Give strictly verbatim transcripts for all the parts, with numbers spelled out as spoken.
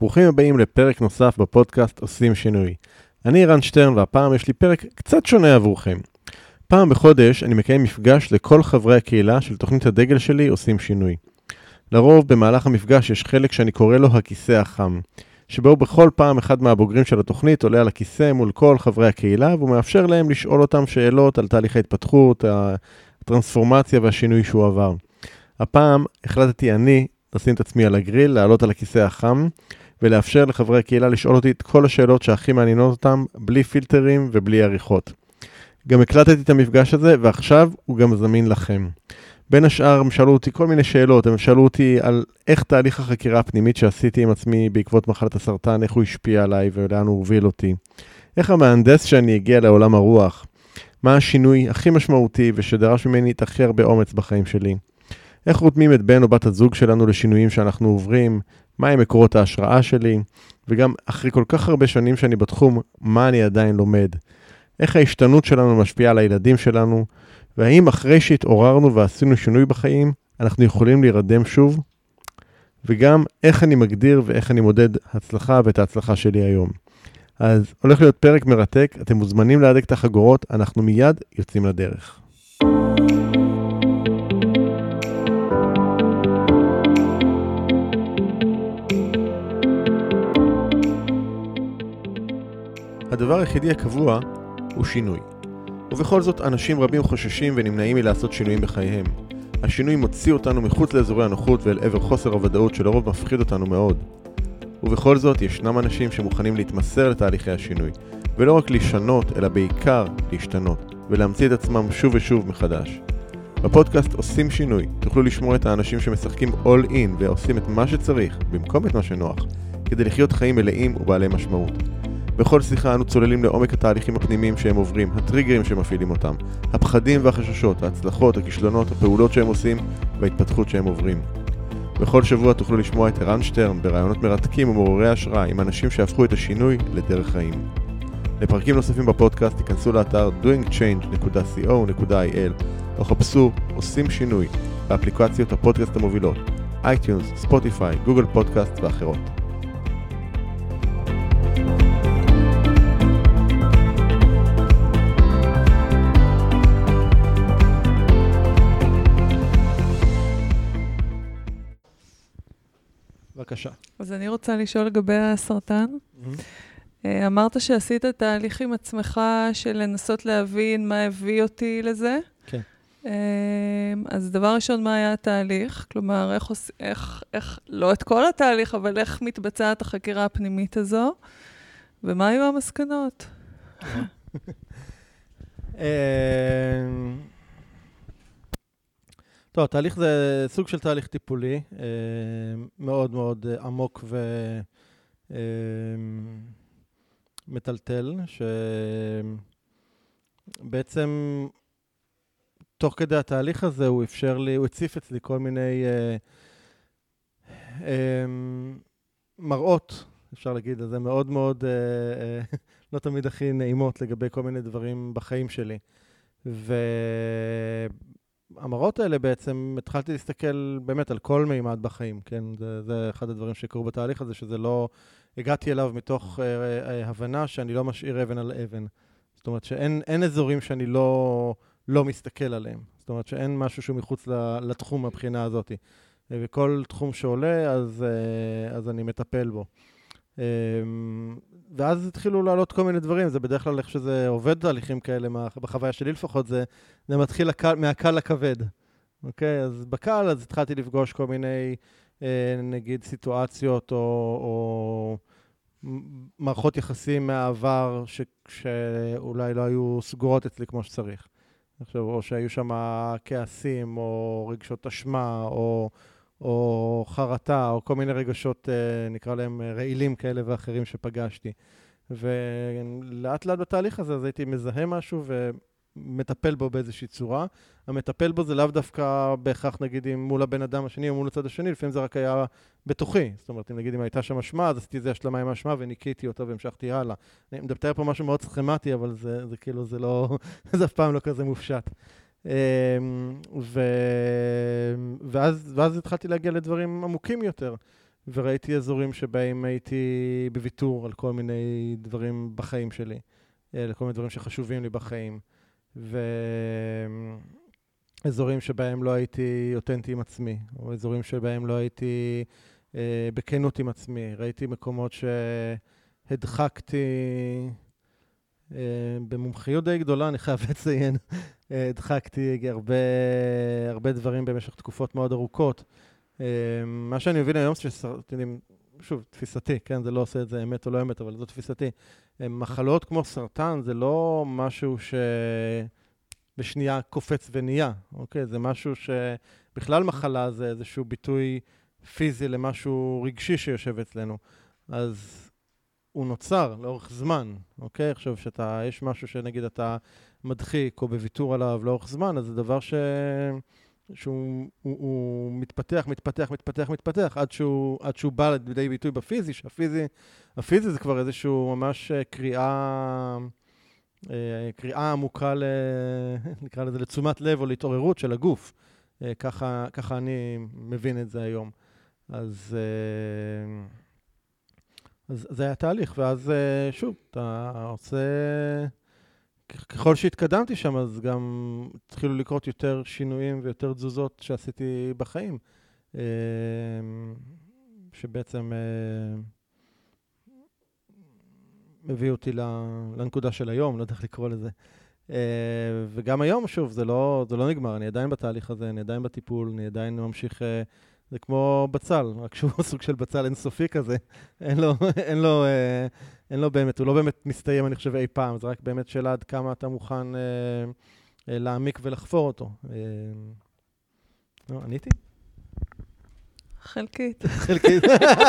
ברוכים הבאים לפרק נוסף בפודקאסט עושים שינוי. אני רן שטרן והפעם יש לי פרק קצת שונה עבורכם. פעם בחודש אני מקיים מפגש לכל חברי הקהילה של תוכנית הדגל שלי עושים שינוי. לרוב במהלך המפגש יש חלק שאני קורא לו הכיסא החם, שבו בכל פעם אחד מהבוגרים של התוכנית עולה על הכיסא מול כל חברי הקהילה והוא מאפשר להם לשאול אותם שאלות על תהליך ההתפתחות, הטרנספורמציה והשינוי שהוא עבר. הפעם החלטתי אני לשים את עצמי על הגריל, לעלות על הכיסא החם ולאפשר לחברי הקהילה לשאול אותי את כל השאלות שהכי מעניינות אותם, בלי פילטרים ובלי עריכות. גם הקלטתי את המפגש הזה ועכשיו הוא גם זמין לכם. בין השאר הם שאלו אותי כל מיני שאלות, הם שאלו אותי על איך תהליך החקירה הפנימית שעשיתי עם עצמי בעקבות מחלת הסרטן, איך הוא השפיע עליי ולאן הוא הוביל אותי. איך המהנדס שאני הגיע לעולם הרוח, מה השינוי הכי משמעותי ושדרש ממני את הכי הרבה אומץ בחיים שלי. איך רותמים את בן או בת הזוג שלנו לשינויים שאנחנו עוברים, מהם מקורות ההשראה שלי, וגם אחרי כל כך הרבה שנים שאני בתחום, מה אני עדיין לומד. איך ההשתנות שלנו משפיעה על הילדים שלנו, והאם אחרי שהתעוררנו ועשינו שינוי בחיים, אנחנו יכולים להירדם שוב, וגם איך אני מגדיר ואיך אני מודד הצלחה ואת ההצלחה שלי היום. אז הולך להיות פרק מרתק, אתם מוזמנים להדק את החגורות, אנחנו מיד יוצאים לדרך. הדבר היחידי הקבוע הוא שינוי. ובכל זאת, אנשים רבים חוששים ונמנעים מלעשות שינויים בחייהם. השינוי מוציא אותנו מחוץ לאזורי הנוחות ואל עבר חוסר הוודאות שלרוב מפחיד אותנו מאוד. ובכל זאת, ישנם אנשים שמוכנים להתמסר לתהליכי השינוי, ולא רק לשנות, אלא בעיקר להשתנות, ולהמציא את עצמם שוב ושוב מחדש. בפודקאסט עושים שינוי, תוכלו לשמוע את האנשים שמשחקים all in ועושים את מה שצריך, במקום את מה שנוח, כדי לחיות חיים מלאים ובעלי משמעות. בכל שיחה אנו צוללים לעומק התהליכים הפנימיים שהם עוברים, הטריגרים שמפעילים אותם, הפחדים והחששות, ההצלחות, הכישלונות, הפעולות שהם עושים וההתפתחות שהם עוברים. בכל שבוע תוכלו לשמוע את רן שטרן ברעיונות מרתקים ומעוררי השראה עם אנשים שהפכו את השינוי לדרך חיים. לפרקים נוספים בפודקאסט תיכנסו לאתר doing change dot co dot il או חפשו עושים שינוי באפליקציות הפודקאסט המובילות, אייטיונס, ספוטיפיי, גוגל פודקאסט ואחרות. בבקשה. אז אני רוצה לשאול לגבי הסרטן. Mm-hmm. אמרת שעשית תהליך עם עצמך של לנסות להבין מה הביא אותי לזה. כן. אז דבר ראשון, מה היה התהליך? כלומר, איך, איך, איך, לא את כל התהליך, אבל איך מתבצעת החקירה הפנימית הזו? ומה היו המסקנות? טוב, התהליך זה סוג של תהליך טיפולי, מאוד מאוד עמוק ומטלטל, שבעצם תוך כדי התהליך הזה הוא אפשר לי, הוא הציף אצלי כל מיני מראות, אפשר להגיד, זה מאוד מאוד לא תמיד הכי נעימות לגבי כל מיני דברים בחיים שלי. ו... המראות האלה בעצם, התחלתי להסתכל באמת על כל מימד בחיים, כן? זה, זה אחד הדברים שקרו בתהליך הזה, שזה לא, הגעתי אליו מתוך אה, אה, הבנה שאני לא משאיר אבן על אבן. זאת אומרת שאין אין אזורים שאני לא, לא מסתכל עליהם. זאת אומרת שאין משהו שהוא מחוץ לתחום מהבחינה הזאת. וכל תחום שעולה, אז, אה, אז אני מטפל בו. אה, ואז התחילו לעלות כל מיני דברים, זה בדרך כלל איך שזה עובד תהליכים כאלה, בחוויה שלי לפחות, זה, זה מתחיל לקל, מהקל לכבד. אוקיי? אז בקל, אז התחלתי לפגוש כל מיני, אה, נגיד, סיטואציות או, או מערכות יחסים מהעבר ש, שאולי לא היו סגורות אצלי כמו שצריך. עכשיו, או שהיו שם כעסים, או רגשות אשמה, או... או חרטה, או כל מיני רגשות, נקרא להם רעילים כאלה ואחרים שפגשתי. ולאט לאט בתהליך הזה, אז הייתי מזהה משהו ומטפל בו באיזושהי צורה. המטפל בו זה לאו דווקא בהכרח, נגיד, אם מול הבן אדם השני או מול הצד השני, לפעמים זה רק היה בתוכי. זאת אומרת, אם נגיד, אם הייתה שם אשמה, אז עשיתי איזה השלמה עם האשמה וניקיתי אותו והמשכתי הלאה. אני מדבר פה משהו מאוד סכמטי, אבל זה, זה כאילו, זה לא, זה אף פעם לא כזה מופשט. ו... ואז, ואז התחלתי להגיע לדברים עמוקים יותר. וראיתי אזורים שבהם הייתי בוויתור על כל מיני דברים בחיים שלי, לכל מיני דברים שחשובים לי בחיים, ואזורים שבהם לא הייתי אותנטי עם עצמי, או אזורים שבהם לא הייתי אה, בכנות עם עצמי. ראיתי מקומות שהדחקתי אה, במומחיות די גדולה, אני חייב לציין, הדחקתי הרבה, הרבה דברים במשך תקופות מאוד ארוכות. מה שאני מבין היום, שסרטנים, שוב, תפיסתי, כן, זה לא עושה את זה אמת או לא אמת, אבל זו תפיסתי. מחלות כמו סרטן זה לא משהו שבשנייה קופץ ונהיה, אוקיי? זה משהו שבכלל מחלה זה איזשהו ביטוי פיזי למשהו רגשי שיושב אצלנו. אז הוא נוצר לאורך זמן, אוקיי? עכשיו שאתה, יש משהו שנגיד אתה מדחיק או בוויתור עליו לאורך זמן, אז זה דבר ש... שהוא הוא, הוא מתפתח, מתפתח, מתפתח, מתפתח, עד שהוא, עד שהוא בא לידי ביטוי בפיזי, שהפיזי, הפיזי זה כבר איזשהו ממש קריאה, קריאה עמוקה, ל, נקרא לזה, לתשומת לב או להתעוררות של הגוף. ככה, ככה אני מבין את זה היום. אז, אז זה היה תהליך, ואז שוב, אתה עושה... ככל שהתקדמתי שם, אז גם התחילו לקרות יותר שינויים ויותר תזוזות שעשיתי בחיים, שבעצם מביא אותי לנקודה של היום, לא יודע איך לקרוא לזה. וגם היום, שוב, זה לא, זה לא נגמר, אני עדיין בתהליך הזה, אני עדיין בטיפול, אני עדיין ממשיך... זה כמו בצל, רק שהוא סוג של בצל אינסופי כזה. אין לו, אין לו, אה, אין לו באמת, הוא לא באמת מסתיים, אני חושב, אי פעם. זה רק באמת שאלה עד כמה אתה מוכן אה, אה, להעמיק ולחפור אותו. אה, לא, עניתי? חלקית. חלקית.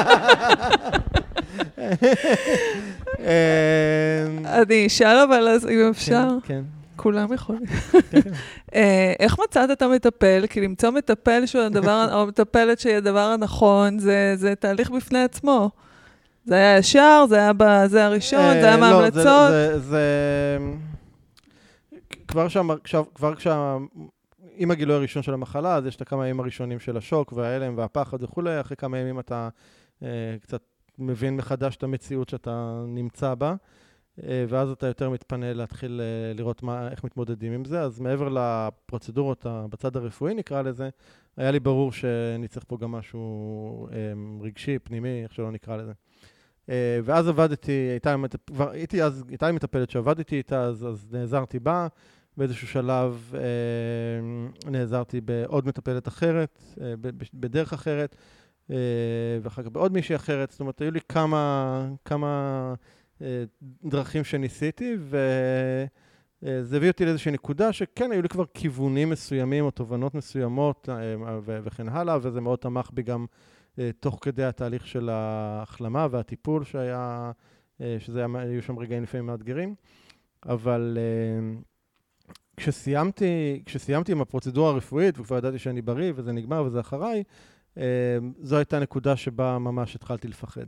אני אשאל אבל אז אם אפשר. כן, כן. כולם יכולים. איך מצאת את המטפל? כי למצוא מטפל שהוא הדבר, או מטפלת שהיא הדבר הנכון, זה תהליך בפני עצמו. זה היה ישר, זה היה בזה הראשון, זה היה מהמלצות. לא, זה... כבר כשה... עם הגילוי הראשון של המחלה, אז יש את כמה ימים הראשונים של השוק והאלם והפחד וכו'. אחרי כמה ימים אתה קצת מבין מחדש את המציאות שאתה נמצא בה. ואז אתה יותר מתפנה להתחיל לראות מה, איך מתמודדים עם זה. אז מעבר לפרוצדורות בצד הרפואי, נקרא לזה, היה לי ברור שאני צריך פה גם משהו רגשי, פנימי, איך שלא נקרא לזה. ואז עבדתי, הייתה, כבר, הייתי אז, הייתה לי מטפלת שעבדתי איתה, אז, אז נעזרתי בה. באיזשהו שלב נעזרתי בעוד מטפלת אחרת, בדרך אחרת, ואחר כך בעוד מישהי אחרת. זאת אומרת, היו לי כמה... כמה דרכים שניסיתי, וזה הביא אותי לאיזושהי נקודה שכן, היו לי כבר כיוונים מסוימים או תובנות מסוימות וכן הלאה, וזה מאוד תמך בי גם תוך כדי התהליך של ההחלמה והטיפול שהיה, שזה היו שם רגעים לפעמים מאתגרים. אבל כשסיימתי, כשסיימתי עם הפרוצדורה הרפואית, וכבר ידעתי שאני בריא וזה נגמר וזה אחריי, זו הייתה נקודה שבה ממש התחלתי לפחד.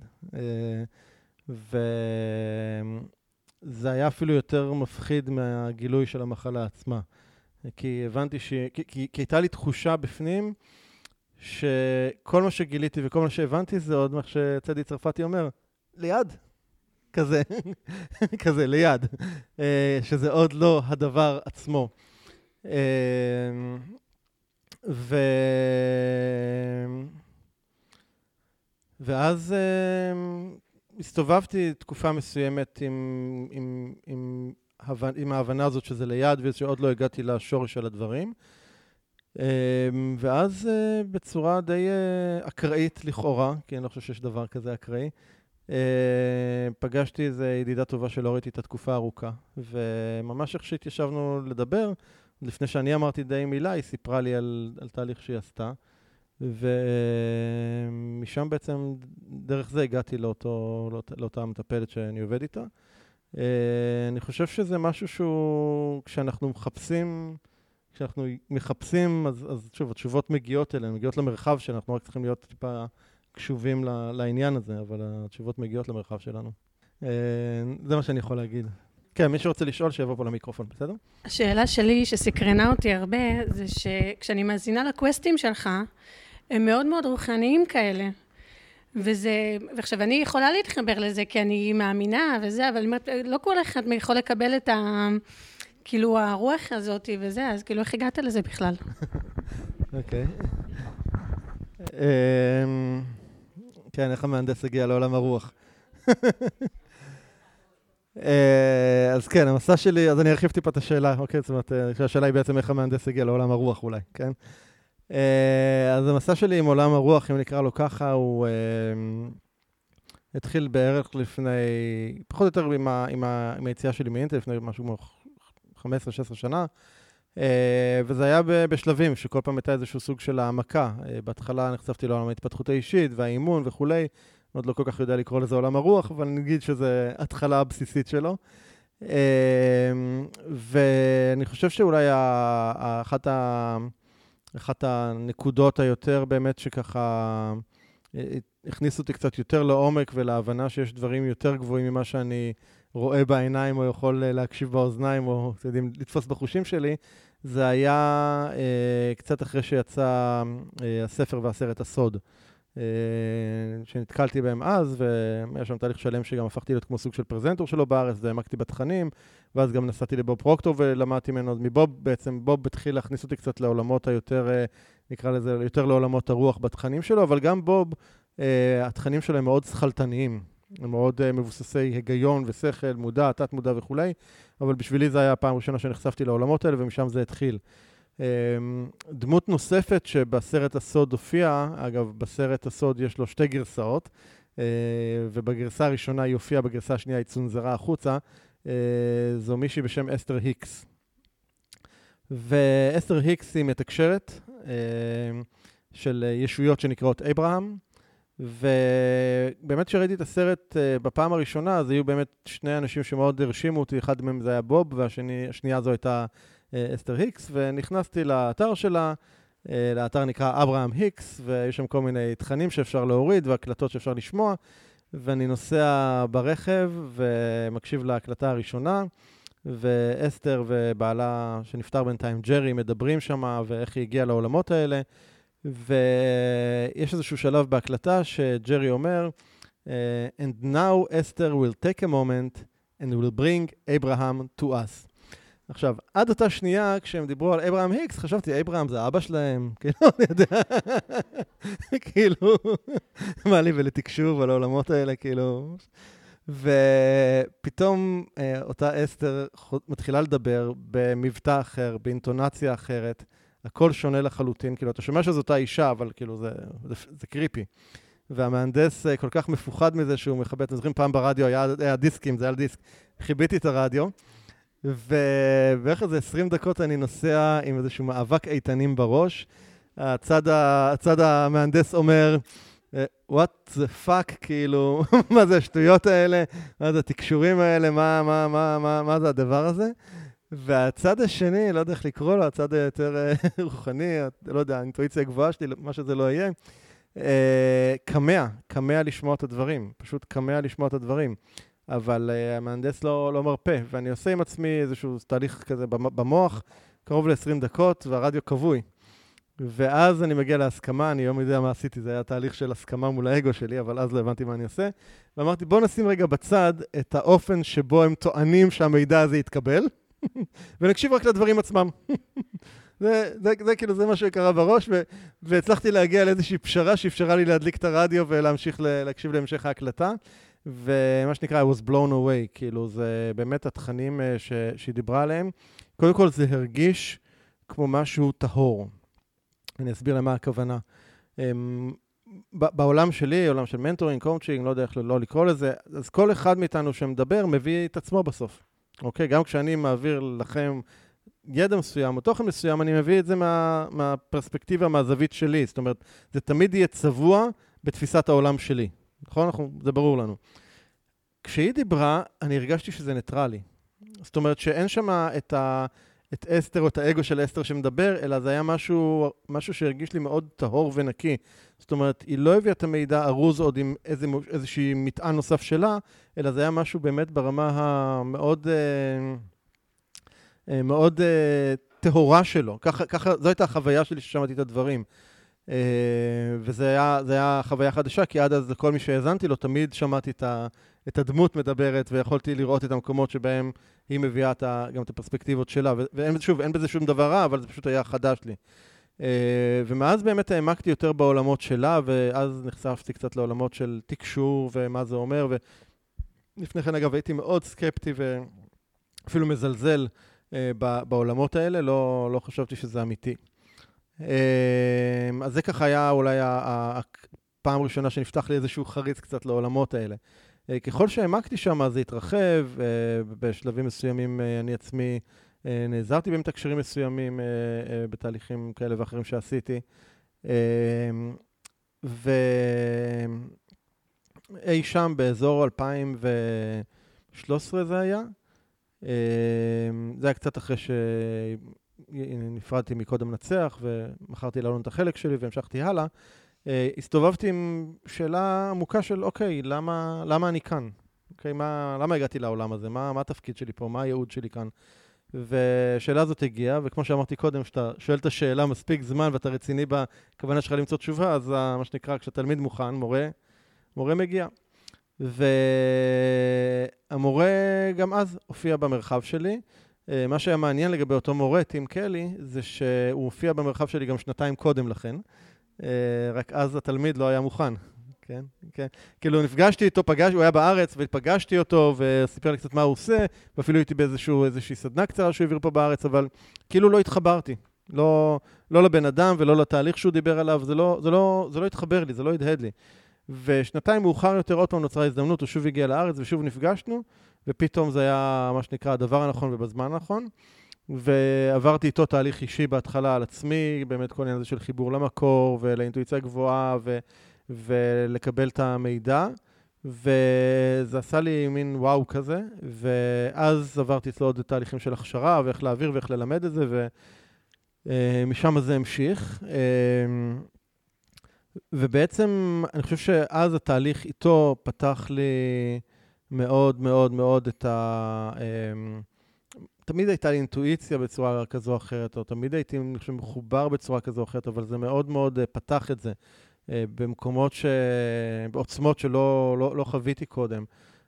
וזה היה אפילו יותר מפחיד מהגילוי של המחלה עצמה. כי הבנתי ש... כי, כי, כי הייתה לי תחושה בפנים שכל מה שגיליתי וכל מה שהבנתי זה עוד מה שצדי צרפתי אומר, ליד. כזה, כזה, ליד. שזה עוד לא הדבר עצמו. ו... ואז... הסתובבתי תקופה מסוימת עם, עם, עם, עם ההבנה הזאת שזה ליד, ושעוד לא הגעתי לשורש של הדברים. ואז בצורה די אקראית לכאורה, כי אני לא חושב שיש דבר כזה אקראי, פגשתי איזו ידידה טובה שלא ראיתי את התקופה הארוכה. וממש איך שהתיישבנו לדבר, לפני שאני אמרתי די מילה, היא סיפרה לי על, על תהליך שהיא עשתה. ומשם בעצם דרך זה הגעתי לאותו, לאות, לאותה מטפלת שאני עובד איתה. אני חושב שזה משהו שהוא, כשאנחנו מחפשים, כשאנחנו מחפשים, אז, אז שוב, התשובות מגיעות אלינו, מגיעות למרחב שאנחנו רק צריכים להיות טיפה קשובים לעניין הזה, אבל התשובות מגיעות למרחב שלנו. זה מה שאני יכול להגיד. כן, מי שרוצה לשאול, שיבוא פה למיקרופון, בסדר? השאלה שלי שסקרנה אותי הרבה, זה שכשאני מאזינה לקווסטים שלך, הם מאוד מאוד רוחניים כאלה. וזה, ועכשיו אני יכולה להתחבר לזה, כי אני מאמינה וזה, אבל לא כל אחד יכול לקבל את ה... כאילו הרוח הזאת וזה, אז כאילו איך הגעת לזה בכלל? אוקיי. כן, איך המהנדס הגיע לעולם הרוח? אז כן, המסע שלי, אז אני ארחיב טיפה את השאלה, אוקיי, זאת אומרת, השאלה היא בעצם איך המהנדס הגיע לעולם הרוח אולי, כן? אז המסע שלי עם עולם הרוח, אם נקרא לו ככה, הוא התחיל בערך לפני, פחות או יותר עם היציאה שלי מאינטל, לפני משהו כמו חמש עשרה שש עשרה שנה, וזה היה בשלבים, שכל פעם הייתה איזשהו סוג של העמקה. בהתחלה נחשפתי לעולם ההתפתחות האישית והאימון וכולי, עוד לא כל כך יודע לקרוא לזה עולם הרוח, אבל נגיד שזה התחלה הבסיסית שלו. ואני חושב שאולי אחת ה... אחת הנקודות היותר באמת שככה הכניסו אותי קצת יותר לעומק ולהבנה שיש דברים יותר גבוהים ממה שאני רואה בעיניים או יכול להקשיב באוזניים או יודעים, לתפוס בחושים שלי, זה היה אה, קצת אחרי שיצא אה, הספר והסרט הסוד, אה, שנתקלתי בהם אז, והיה שם תהליך שלם שגם הפכתי להיות כמו סוג של פרזנטור שלו בארץ, והעמקתי בתכנים, ואז גם נסעתי לבוב פרוקטור ולמדתי ממנו עוד מבוב, בעצם בוב התחיל להכניס אותי קצת לעולמות היותר, אה, נקרא לזה, יותר לעולמות הרוח בתכנים שלו, אבל גם בוב, אה, התכנים שלו הם מאוד שכלתניים, הם מאוד uh, מבוססי היגיון ושכל, מודע, תת מודע וכולי, אבל בשבילי זה היה הפעם ראשונה שנחשפתי לעולמות האלה, ומשם זה התחיל. Um, דמות נוספת שבסרט הסוד הופיע, אגב, בסרט הסוד יש לו שתי גרסאות, uh, ובגרסה הראשונה היא הופיעה, בגרסה השנייה היא צונזרה החוצה, uh, זו מישהי בשם אסתר היקס. ואסתר היקס היא מתקשרת uh, של ישויות שנקראות אברהם, ובאמת שראיתי את הסרט uh, בפעם הראשונה, אז היו באמת שני אנשים שמאוד הרשימו אותי, אחד מהם זה היה בוב, והשנייה זו הייתה uh, אסתר היקס, ונכנסתי לאתר שלה, uh, לאתר נקרא אברהם היקס, ויש שם כל מיני תכנים שאפשר להוריד, והקלטות שאפשר לשמוע, ואני נוסע ברכב ומקשיב להקלטה הראשונה, ואסתר ובעלה שנפטר בינתיים, ג'רי, מדברים שם, ואיך היא הגיעה לעולמות האלה, ויש איזשהו שלב בהקלטה שג'רי אומר, and now Esther will take a moment and will bring Abraham to us. עכשיו, עד אותה שנייה, כשהם דיברו על אברהם היקס, חשבתי, אברהם זה אבא שלהם, כאילו, אני יודע, כאילו, מה לי ולתקשוב על העולמות האלה, כאילו, ופתאום אותה אסתר מתחילה לדבר במבטא אחר, באינטונציה אחרת, הכל שונה לחלוטין, כאילו, אתה שומע שזו אותה אישה, אבל כאילו, זה, זה, זה קריפי. והמהנדס כל כך מפוחד מזה שהוא מכבה, אתם זוכרים, פעם ברדיו היה, היה דיסקים, זה היה דיסק, חיביתי את הרדיו, ובערך איזה עשרים דקות אני נוסע עם איזשהו מאבק איתנים בראש, הצד, ה, הצד המהנדס אומר, what the fuck, כאילו, מה זה השטויות האלה, מה זה התקשורים האלה, מה, מה, מה, מה, מה זה הדבר הזה? והצד השני, לא יודע איך לקרוא לו, הצד היותר רוחני, לא יודע, האינטואיציה הגבוהה שלי, מה שזה לא יהיה, כמאה, כמאה לשמוע את הדברים, פשוט כמאה לשמוע את הדברים, אבל המהנדס לא, לא מרפא, ואני עושה עם עצמי איזשהו תהליך כזה במוח, קרוב ל-עשרים דקות, והרדיו כבוי. ואז אני מגיע להסכמה, אני לא יודע מה עשיתי, זה היה תהליך של הסכמה מול האגו שלי, אבל אז לא הבנתי מה אני עושה, ואמרתי, בוא נשים רגע בצד את האופן שבו הם טוענים שהמידע הזה יתקבל, ונקשיב רק לדברים עצמם. זה, זה, זה כאילו, זה מה שקרה בראש, ו, והצלחתי להגיע לאיזושהי פשרה שאפשרה לי להדליק את הרדיו ולהמשיך ל, להקשיב להמשך ההקלטה, ומה שנקרא, I was blown away, כאילו, זה באמת התכנים ש, שהיא דיברה עליהם. קודם כל, זה הרגיש כמו משהו טהור. אני אסביר למה הכוונה. בעולם שלי, עולם של מנטורינג, קואוצ'ינג, לא יודע איך לא לקרוא לזה, אז כל אחד מאיתנו שמדבר מביא את עצמו בסוף. אוקיי? גם כשאני מעביר לכם ידע מסוים או תוכן מסוים, אני מביא את זה מה, מהפרספקטיבה, מהזווית שלי. זאת אומרת, זה תמיד יהיה צבוע בתפיסת העולם שלי. נכון? אנחנו, זה ברור לנו. כשהיא דיברה, אני הרגשתי שזה ניטרלי. זאת אומרת שאין שם את ה... את אסתר או את האגו של אסתר שמדבר, אלא זה היה משהו, משהו שהרגיש לי מאוד טהור ונקי. זאת אומרת, היא לא הביאה את המידע ארוז עוד עם איזה, איזושהי מטען נוסף שלה, אלא זה היה משהו באמת ברמה המאוד מאוד טהורה שלו. ככה, ככה, זו הייתה החוויה שלי ששמעתי את הדברים. וזה היה, זה היה חוויה חדשה, כי עד אז כל מי שהאזנתי לו, תמיד שמעתי את, ה, את הדמות מדברת, ויכולתי לראות את המקומות שבהם היא מביאה את ה, גם את הפרספקטיבות שלה, ושוב, אין בזה שום דבר רע, אבל זה פשוט היה חדש לי. ומאז באמת העמקתי יותר בעולמות שלה, ואז נחשפתי קצת לעולמות של תקשור ומה זה אומר, ולפני כן אגב הייתי מאוד סקפטי ואפילו מזלזל בעולמות האלה, לא, לא חשבתי שזה אמיתי. אז זה ככה היה אולי הפעם הראשונה שנפתח לי איזשהו חריץ קצת לעולמות האלה. ככל שהעמקתי שם, זה התרחב, בשלבים מסוימים אני עצמי נעזרתי באמת הקשרים מסוימים בתהליכים כאלה ואחרים שעשיתי. ואי שם באזור אלפיים ושלוש עשרה זה היה. זה היה קצת אחרי שנפרדתי מקודם נצח ומכרתי לאלון את החלק שלי והמשכתי הלאה. הסתובבתי עם שאלה עמוקה של אוקיי, למה, למה אני כאן? אוקיי, מה, למה הגעתי לעולם הזה? מה, מה התפקיד שלי פה? מה הייעוד שלי כאן? ושאלה הזאת הגיעה, וכמו שאמרתי קודם, שאתה שואל את השאלה מספיק זמן ואתה רציני בכוונה שלך למצוא תשובה, אז מה שנקרא, כשהתלמיד מוכן, מורה, מורה מגיע. והמורה גם אז הופיע במרחב שלי. מה שהיה מעניין לגבי אותו מורה, טים קלי, זה שהוא הופיע במרחב שלי גם שנתיים קודם לכן, רק אז התלמיד לא היה מוכן. כן, כן. כאילו נפגשתי איתו, פגש, הוא היה בארץ ופגשתי אותו וסיפר לי קצת מה הוא עושה, ואפילו הייתי באיזשהו, איזושהי סדנה קצרה שהוא העביר פה בארץ, אבל כאילו לא התחברתי. לא, לא לבן אדם ולא לתהליך שהוא דיבר עליו, זה לא, זה לא, זה לא התחבר לי, זה לא הדהד לי. ושנתיים מאוחר יותר עוד פעם נוצרה הזדמנות, הוא שוב הגיע לארץ ושוב נפגשנו, ופתאום זה היה מה שנקרא הדבר הנכון ובזמן הנכון. ועברתי איתו תהליך אישי בהתחלה על עצמי, באמת כל העניין הזה של חיבור למקור ולאינטואיציה גבוהה ו... ולקבל את המידע, וזה עשה לי מין וואו כזה, ואז עברתי אצלו עוד תהליכים של הכשרה, ואיך להעביר ואיך ללמד את זה, ומשם זה המשיך. ובעצם אני חושב שאז התהליך איתו פתח לי מאוד מאוד מאוד את ה... תמיד הייתה לי אינטואיציה בצורה כזו או אחרת, או תמיד הייתי מחובר בצורה כזו או אחרת, אבל זה מאוד מאוד פתח את זה. במקומות ש... בעוצמות שלא לא, לא חוויתי קודם.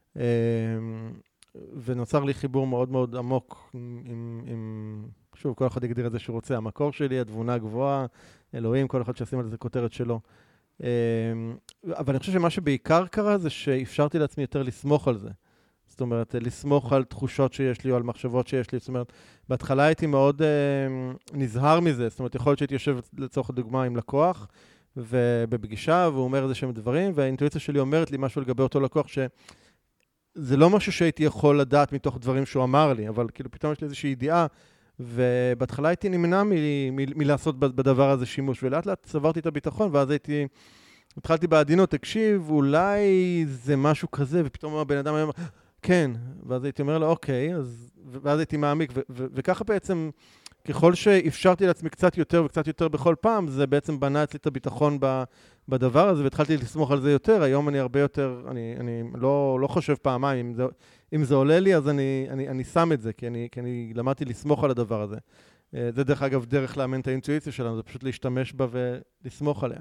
ונוצר לי חיבור מאוד מאוד עמוק עם, עם... שוב, כל אחד יגדיר את זה שהוא רוצה. המקור שלי, התבונה הגבוהה, אלוהים, כל אחד שישים על זה כותרת שלו. אבל אני חושב שמה שבעיקר קרה זה שאפשרתי לעצמי יותר לסמוך על זה. זאת אומרת, לסמוך על תחושות שיש לי או על מחשבות שיש לי. זאת אומרת, בהתחלה הייתי מאוד נזהר מזה. זאת אומרת, יכול להיות שהייתי יושב לצורך הדוגמה עם לקוח, ובפגישה, והוא אומר איזה שהם דברים, והאינטואיציה שלי אומרת לי משהו לגבי אותו לקוח, שזה לא משהו שהייתי יכול לדעת מתוך דברים שהוא אמר לי, אבל כאילו פתאום יש לי איזושהי ידיעה, ובהתחלה הייתי נמנע מ- מ- מלעשות בדבר הזה שימוש, ולאט לאט צברתי את הביטחון, ואז הייתי, התחלתי בעדינות, תקשיב, אולי זה משהו כזה, ופתאום הבן אדם היה אומר, כן, ואז הייתי אומר לו, אוקיי, אז, ואז הייתי מעמיק, ו- ו- וככה בעצם, ככל שאפשרתי לעצמי קצת יותר וקצת יותר בכל פעם, זה בעצם בנה אצלי את הביטחון בדבר הזה, והתחלתי לסמוך על זה יותר. היום אני הרבה יותר, אני, אני לא, לא חושב פעמיים, אם זה, אם זה עולה לי, אז אני, אני, אני שם את זה, כי אני, כי אני למדתי לסמוך על הדבר הזה. זה דרך אגב דרך לאמן את האינטואיציה שלנו, זה פשוט להשתמש בה ולסמוך עליה.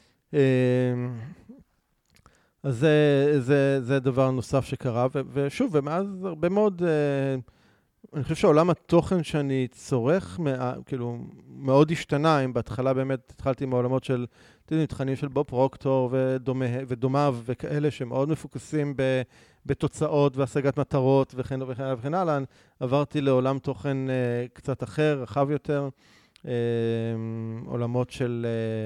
אז זה, זה, זה דבר נוסף שקרה, ו, ושוב, ומאז הרבה מאוד... אני חושב שעולם התוכן שאני צורך, כאילו, מאוד השתנה, אם בהתחלה באמת התחלתי עם העולמות של תכנים של בוב פרוקטור ודומיו וכאלה שמאוד מפוקסים בתוצאות והשגת מטרות וכן וכן וכן הלאה, עברתי לעולם תוכן קצת אחר, רחב יותר, עולמות של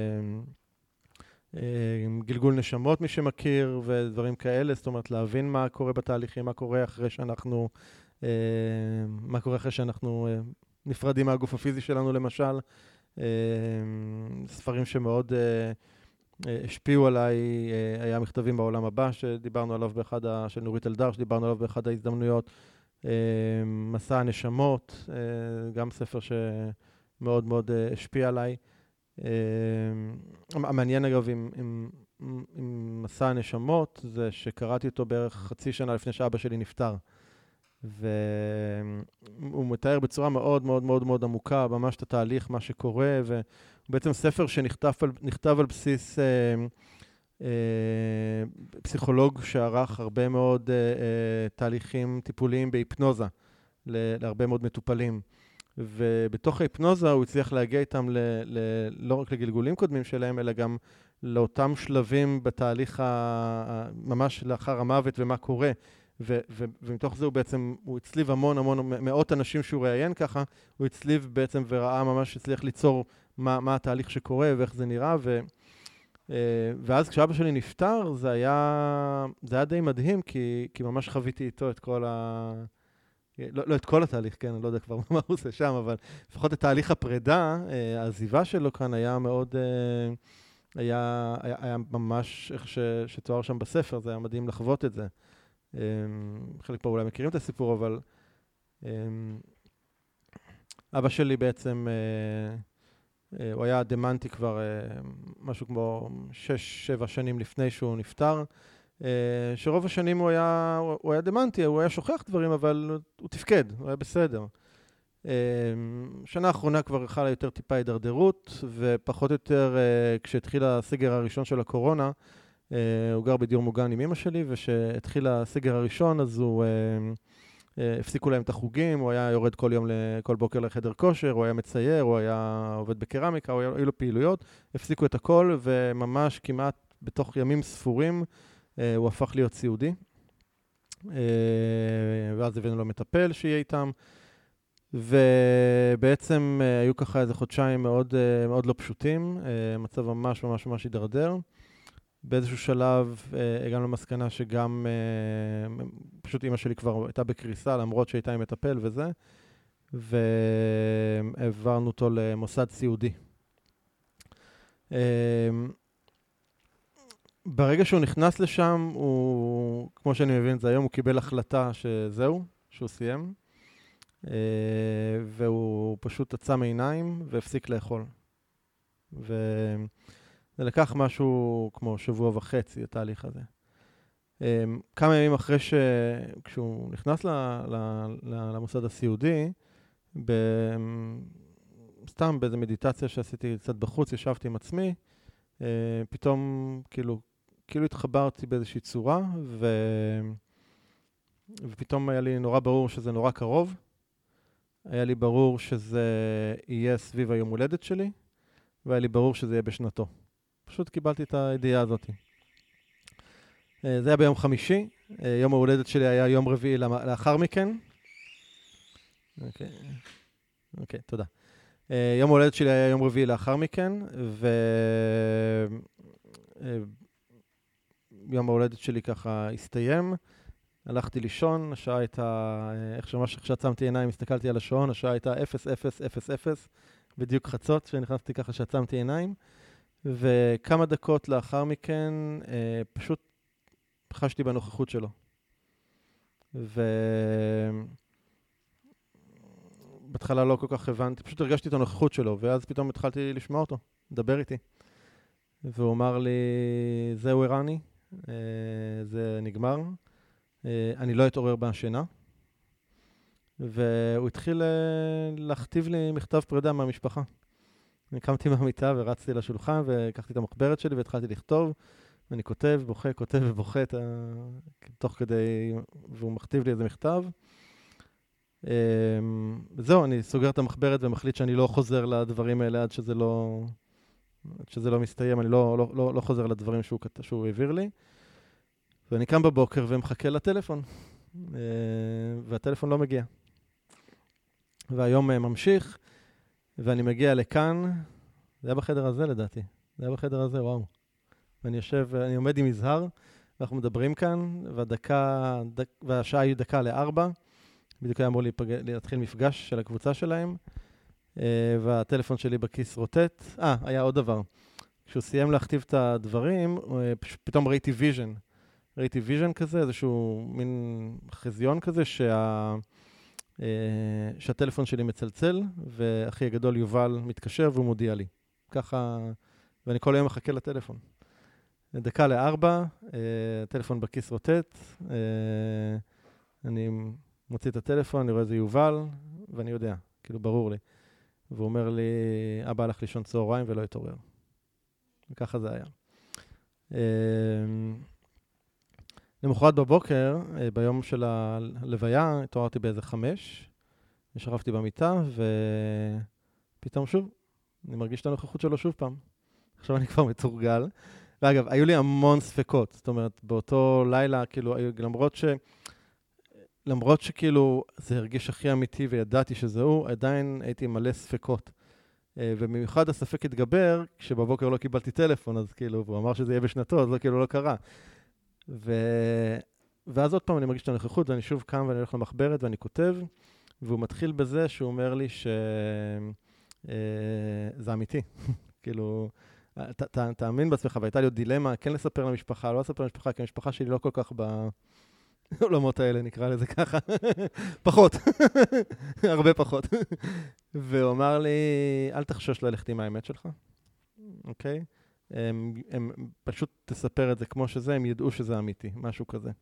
גלגול נשמות, מי שמכיר, ודברים כאלה, זאת אומרת, להבין מה קורה בתהליכים, מה קורה אחרי שאנחנו... מה קורה אחרי שאנחנו נפרדים מהגוף הפיזי שלנו, למשל. ספרים שמאוד השפיעו עליי, היה מכתבים בעולם הבא, שדיברנו עליו באחד, של נורית אלדר, שדיברנו עליו באחד ההזדמנויות. מסע הנשמות, גם ספר שמאוד מאוד השפיע עליי. המעניין אגב עם, עם, עם מסע הנשמות, זה שקראתי אותו בערך חצי שנה לפני שאבא שלי נפטר. והוא מתאר בצורה מאוד מאוד מאוד מאוד עמוקה, ממש את התהליך, מה שקורה, הוא בעצם ספר שנכתב על, נכתב על בסיס אה, אה, פסיכולוג שערך הרבה מאוד אה, אה, תהליכים טיפוליים בהיפנוזה להרבה מאוד מטופלים. ובתוך ההיפנוזה הוא הצליח להגיע איתם ל, ל, לא רק לגלגולים קודמים שלהם, אלא גם לאותם שלבים בתהליך ה, ממש לאחר המוות ומה קורה. ו, ו, ומתוך זה הוא בעצם, הוא הצליב המון המון, מאות אנשים שהוא ראיין ככה, הוא הצליב בעצם וראה ממש הצליח ליצור מה, מה התהליך שקורה ואיך זה נראה. ו, ואז כשאבא שלי נפטר, זה היה, זה היה די מדהים, כי, כי ממש חוויתי איתו את כל ה... לא, לא את כל התהליך, כן, אני לא יודע כבר מה הוא עושה שם, אבל לפחות את תהליך הפרידה, העזיבה שלו כאן היה מאוד, היה, היה, היה ממש איך ש, שתואר שם בספר, זה היה מדהים לחוות את זה. חלק פה אולי מכירים את הסיפור, אבל אבא שלי בעצם, הוא היה דמנטי כבר משהו כמו שש, שבע שנים לפני שהוא נפטר, שרוב השנים הוא היה, הוא היה דמנטי, הוא היה שוכח דברים, אבל הוא תפקד, הוא היה בסדר. שנה האחרונה כבר חלה יותר טיפה הידרדרות, ופחות או יותר כשהתחיל הסגר הראשון של הקורונה, הוא גר בדיור מוגן עם אמא שלי, וכשהתחיל הסגר הראשון, אז הוא הפסיקו להם את החוגים, הוא היה יורד כל יום, כל בוקר לחדר כושר, הוא היה מצייר, הוא היה עובד בקרמיקה, הוא היו לו פעילויות, הפסיקו את הכל, וממש כמעט בתוך ימים ספורים, הוא הפך להיות סיעודי, ואז הבאנו לו מטפל שיהיה איתם, ובעצם היו ככה איזה חודשיים מאוד, מאוד לא פשוטים, מצב ממש ממש ממש הידרדר. באיזשהו שלב הגענו למסקנה שגם, פשוט אמא שלי כבר הייתה בקריסה, למרות שהייתה עם מטפל וזה, והעברנו אותו למוסד סיעודי. ברגע שהוא נכנס לשם, הוא, כמו שאני מבין את זה היום, הוא קיבל החלטה שזהו, שהוא סיים, והוא פשוט עצם עיניים והפסיק לאכול. וזה לקח משהו כמו שבוע וחצי, התהליך הזה. כמה ימים אחרי ש... כשהוא נכנס ל... ל... למוסד הסיעודי, ב... סתם באיזו מדיטציה שעשיתי קצת בחוץ, ישבתי עם עצמי, פתאום כאילו, כאילו התחברתי באיזושהי צורה, ו... ופתאום היה לי נורא ברור שזה נורא קרוב. היה לי ברור שזה יהיה סביב היום הולדת שלי, והיה לי ברור שזה יהיה בשנתו. פשוט קיבלתי את הידיעה הזאת. זה היה ביום חמישי, יום ההולדת שלי היה יום רביעי לאחר מכן. אוקיי, אוקיי, תודה. יום ההולדת שלי היה יום רביעי לאחר מכן, ויום ההולדת שלי ככה הסתיים. הלכתי לישון, השעה הייתה, איך שמש, כשעצמתי עיניים, הסתכלתי על השעון, השעה הייתה אפס אפס אפס אפס, בדיוק חצות, שנכנסתי ככה שעצמתי עיניים, וכמה דקות לאחר מכן, פשוט חשתי בנוכחות שלו. ובהתחלה לא כל כך הבנתי, פשוט הרגשתי את הנוכחות שלו, ואז פתאום התחלתי לשמוע אותו, לדבר איתי. והוא אמר לי, זהו ערני, זה נגמר, אני לא אתעורר בשינה. והוא התחיל להכתיב לי מכתב פרידה מהמשפחה. אני קמתי מהמיטה ורצתי לשולחן, ולקחתי את המחברת שלי והתחלתי לכתוב, ואני כותב, בוכה, כותב ובוכה, ה... תוך כדי, והוא מכתיב לי איזה מכתב. וזהו, אני סוגר את המחברת ומחליט שאני לא חוזר לדברים האלה עד שזה לא, עד שזה לא מסתיים, אני לא, לא, לא, לא חוזר לדברים שהוא, שהוא העביר לי. ואני קם בבוקר ומחכה לטלפון, והטלפון לא מגיע. והיום ממשיך, ואני מגיע לכאן, זה היה בחדר הזה לדעתי, זה היה בחדר הזה, וואו. ואני יושב, אני עומד עם מזהר, ואנחנו מדברים כאן, והדקה, דק, והשעה היא דקה לארבע, בדיוק היה אמור להיפג... להתחיל מפגש של הקבוצה שלהם, והטלפון שלי בכיס רוטט. אה, היה עוד דבר. כשהוא סיים להכתיב את הדברים, פתאום ראיתי ויז'ן. ראיתי ויז'ן כזה, איזשהו מין חזיון כזה, שה... שהטלפון שלי מצלצל, ואחי הגדול יובל מתקשר והוא מודיע לי. ככה, ואני כל היום מחכה לטלפון. דקה לארבע, הטלפון בכיס רוטט, אני מוציא את הטלפון, אני רואה איזה יובל, ואני יודע, כאילו ברור לי. והוא אומר לי, אבא הלך לישון צהריים ולא התעורר. וככה זה היה. למחרת בבוקר, ביום של הלוויה, התעוררתי באיזה חמש, ושכבתי במיטה, ופתאום שוב, אני מרגיש את הנוכחות שלו שוב פעם. עכשיו אני כבר מתורגל. ואגב, היו לי המון ספקות. זאת אומרת, באותו לילה, כאילו, למרות ש... למרות שכאילו זה הרגיש הכי אמיתי וידעתי שזהו, עדיין הייתי מלא ספקות. ובמיוחד הספק התגבר, כשבבוקר לא קיבלתי טלפון, אז כאילו, הוא אמר שזה יהיה בשנתו, אז לא כאילו לא קרה. ו... ואז עוד פעם אני מרגיש את הנוכחות, ואני שוב קם ואני הולך למחברת ואני כותב, והוא מתחיל בזה שהוא אומר לי שזה אמיתי. כאילו, ת, ת, תאמין בעצמך, והייתה לי עוד דילמה, כן לספר למשפחה, לא לספר למשפחה, כי המשפחה שלי לא כל כך בעולמות האלה, נקרא לזה ככה. פחות. הרבה פחות. והוא אמר לי, אל תחשוש ללכת עם האמת שלך, אוקיי? הם, הם פשוט תספר את זה כמו שזה, הם ידעו שזה אמיתי, משהו כזה.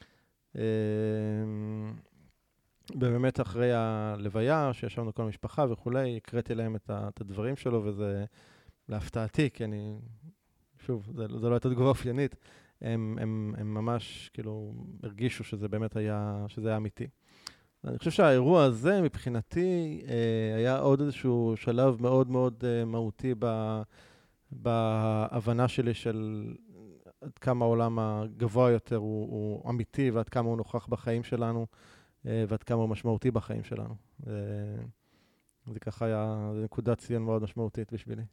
ובאמת אחרי הלוויה, שישבנו כל המשפחה וכולי, הקראתי להם את, ה, את הדברים שלו, וזה להפתעתי, כי אני, שוב, זה, זה לא הייתה תגובה אופיינית, הם, הם, הם ממש כאילו הרגישו שזה באמת היה, שזה היה אמיתי. אני חושב שהאירוע הזה מבחינתי אה, היה עוד איזשהו שלב מאוד מאוד אה, מהותי ב, בהבנה שלי של עד כמה העולם הגבוה יותר הוא, הוא אמיתי, ועד כמה הוא נוכח בחיים שלנו, אה, ועד כמה הוא משמעותי בחיים שלנו. אה, זה ככה היה, זה נקודת ציון מאוד משמעותית בשבילי.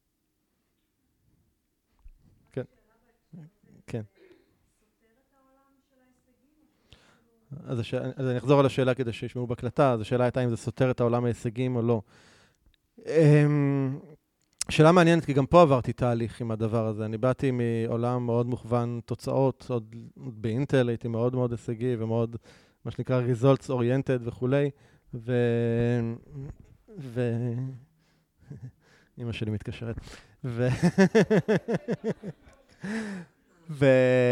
כן. כן. אז, הש... אז אני אחזור על השאלה כדי שישמעו בהקלטה. אז השאלה הייתה אם זה סותר את העולם ההישגים או לא. שאלה מעניינת, כי גם פה עברתי תהליך עם הדבר הזה. אני באתי מעולם מאוד מוכוון תוצאות, עוד באינטל הייתי מאוד מאוד הישגי ומאוד, מה שנקרא, results oriented וכולי. ו... ו... אמא שלי מתקשרת. ו... ו...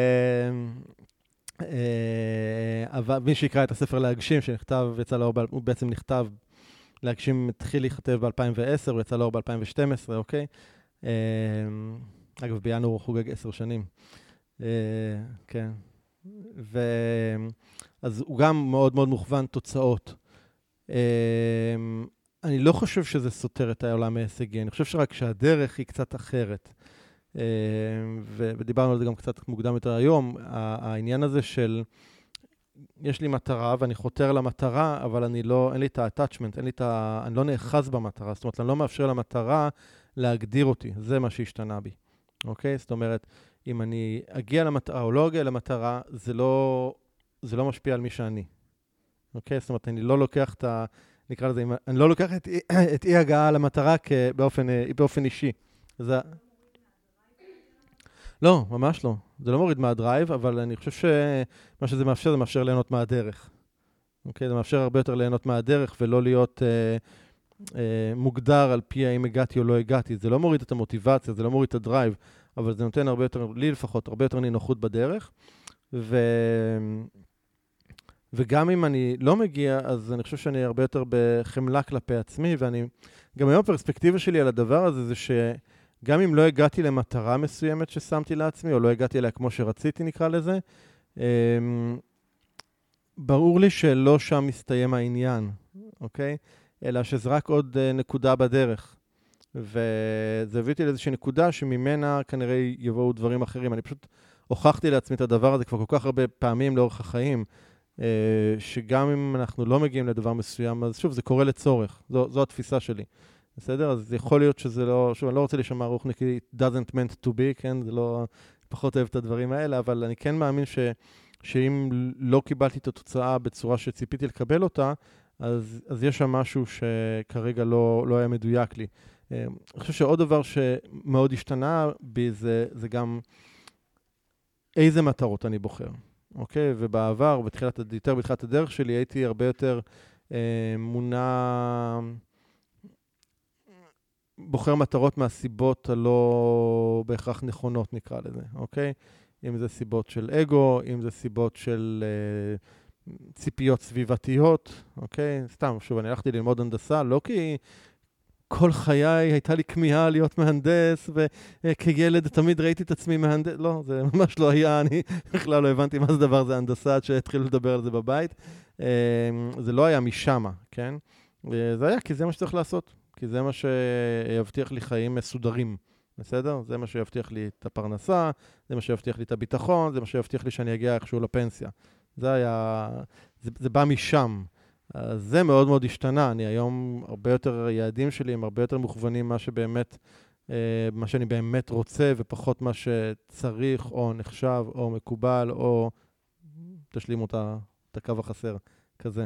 אבל מי שיקרא את הספר להגשים, שנכתב, יצא לאור, הוא בעצם נכתב, להגשים התחיל להיכתב ב-אלפיים ועשר, הוא יצא לאור ב-אלפיים ושתים עשרה, אוקיי? אגב, בינואר הוא חוגג עשר שנים. כן. אז הוא גם מאוד מאוד מוכוון תוצאות. אני לא חושב שזה סותר את העולם ההישגי, אני חושב שרק שהדרך היא קצת אחרת. ודיברנו על זה גם קצת מוקדם יותר היום, העניין הזה של, יש לי מטרה ואני חותר למטרה, אבל אני לא, אין לי את ה-attachment, אין לי את ה... אני לא נאחז במטרה, זאת אומרת, אני לא מאפשר למטרה להגדיר אותי, זה מה שהשתנה בי, אוקיי? זאת אומרת, אם אני אגיע למטרה או לא אגיע למטרה, זה לא, זה לא משפיע על מי שאני, אוקיי? זאת אומרת, אני לא לוקח את ה... נקרא לזה, אני לא לוקח את, את אי הגעה למטרה באופן, באופן אישי. זה... לא, ממש לא. זה לא מוריד מהדרייב, אבל אני חושב שמה שזה מאפשר, זה מאפשר ליהנות מהדרך. אוקיי? זה מאפשר הרבה יותר ליהנות מהדרך, ולא להיות אה, אה, מוגדר על פי האם הגעתי או לא הגעתי. זה לא מוריד את המוטיבציה, זה לא מוריד את הדרייב, אבל זה נותן הרבה יותר, לי לפחות, הרבה יותר נינוחות בדרך. ו... וגם אם אני לא מגיע, אז אני חושב שאני הרבה יותר בחמלה כלפי עצמי, ואני, גם היום הפרספקטיבה שלי על הדבר הזה, זה שגם אם לא הגעתי למטרה מסוימת ששמתי לעצמי, או לא הגעתי אליה כמו שרציתי, נקרא לזה, ברור לי שלא שם מסתיים העניין, אוקיי? אלא שזה רק עוד נקודה בדרך. וזה הביא אותי לאיזושהי נקודה שממנה כנראה יבואו דברים אחרים. אני פשוט הוכחתי לעצמי את הדבר הזה כבר כל כך הרבה פעמים לאורך החיים, שגם אם אנחנו לא מגיעים לדבר מסוים, אז שוב, זה קורה לצורך. זו, זו התפיסה שלי. בסדר? אז יכול להיות שזה לא, שוב, אני לא רוצה לשמע רוחניקי, it doesn't meant to be, כן? זה לא, פחות אוהב את הדברים האלה, אבל אני כן מאמין ש, שאם לא קיבלתי את התוצאה בצורה שציפיתי לקבל אותה, אז, אז יש שם משהו שכרגע לא, לא היה מדויק לי. אני חושב שעוד דבר שמאוד השתנה בי זה, זה גם איזה מטרות אני בוחר. אוקיי? ובעבר, בתחילת, יותר בתחילת הדרך שלי, הייתי הרבה יותר אה, מונע, בוחר מטרות מהסיבות הלא בהכרח נכונות, נקרא לזה, אוקיי? אם זה סיבות של אגו, אם זה סיבות של אה, ציפיות סביבתיות, אוקיי? סתם, שוב, אני הלכתי ללמוד הנדסה, לא כי, כל חיי הייתה לי כמיהה להיות מהנדס, וכילד תמיד ראיתי את עצמי מהנדס. לא, זה ממש לא היה, אני בכלל לא הבנתי מה זה דבר, זה הנדסה, עד שהתחילו לדבר על זה בבית. זה לא היה משמה, כן? זה היה כי זה מה שצריך לעשות, כי זה מה שיבטיח לי חיים מסודרים, בסדר? זה מה שיבטיח לי את הפרנסה, זה מה שיבטיח לי את הביטחון, זה מה שיבטיח לי שאני אגיע איכשהו לפנסיה. זה היה, זה, זה בא משם. זה מאוד מאוד השתנה. אני היום הרבה יותר, היעדים שלי הם הרבה יותר מוכוונים מה שבאמת, מה שאני באמת רוצה, ופחות מה שצריך או נחשב או מקובל, או תשלימו את הקו החסר, כזה.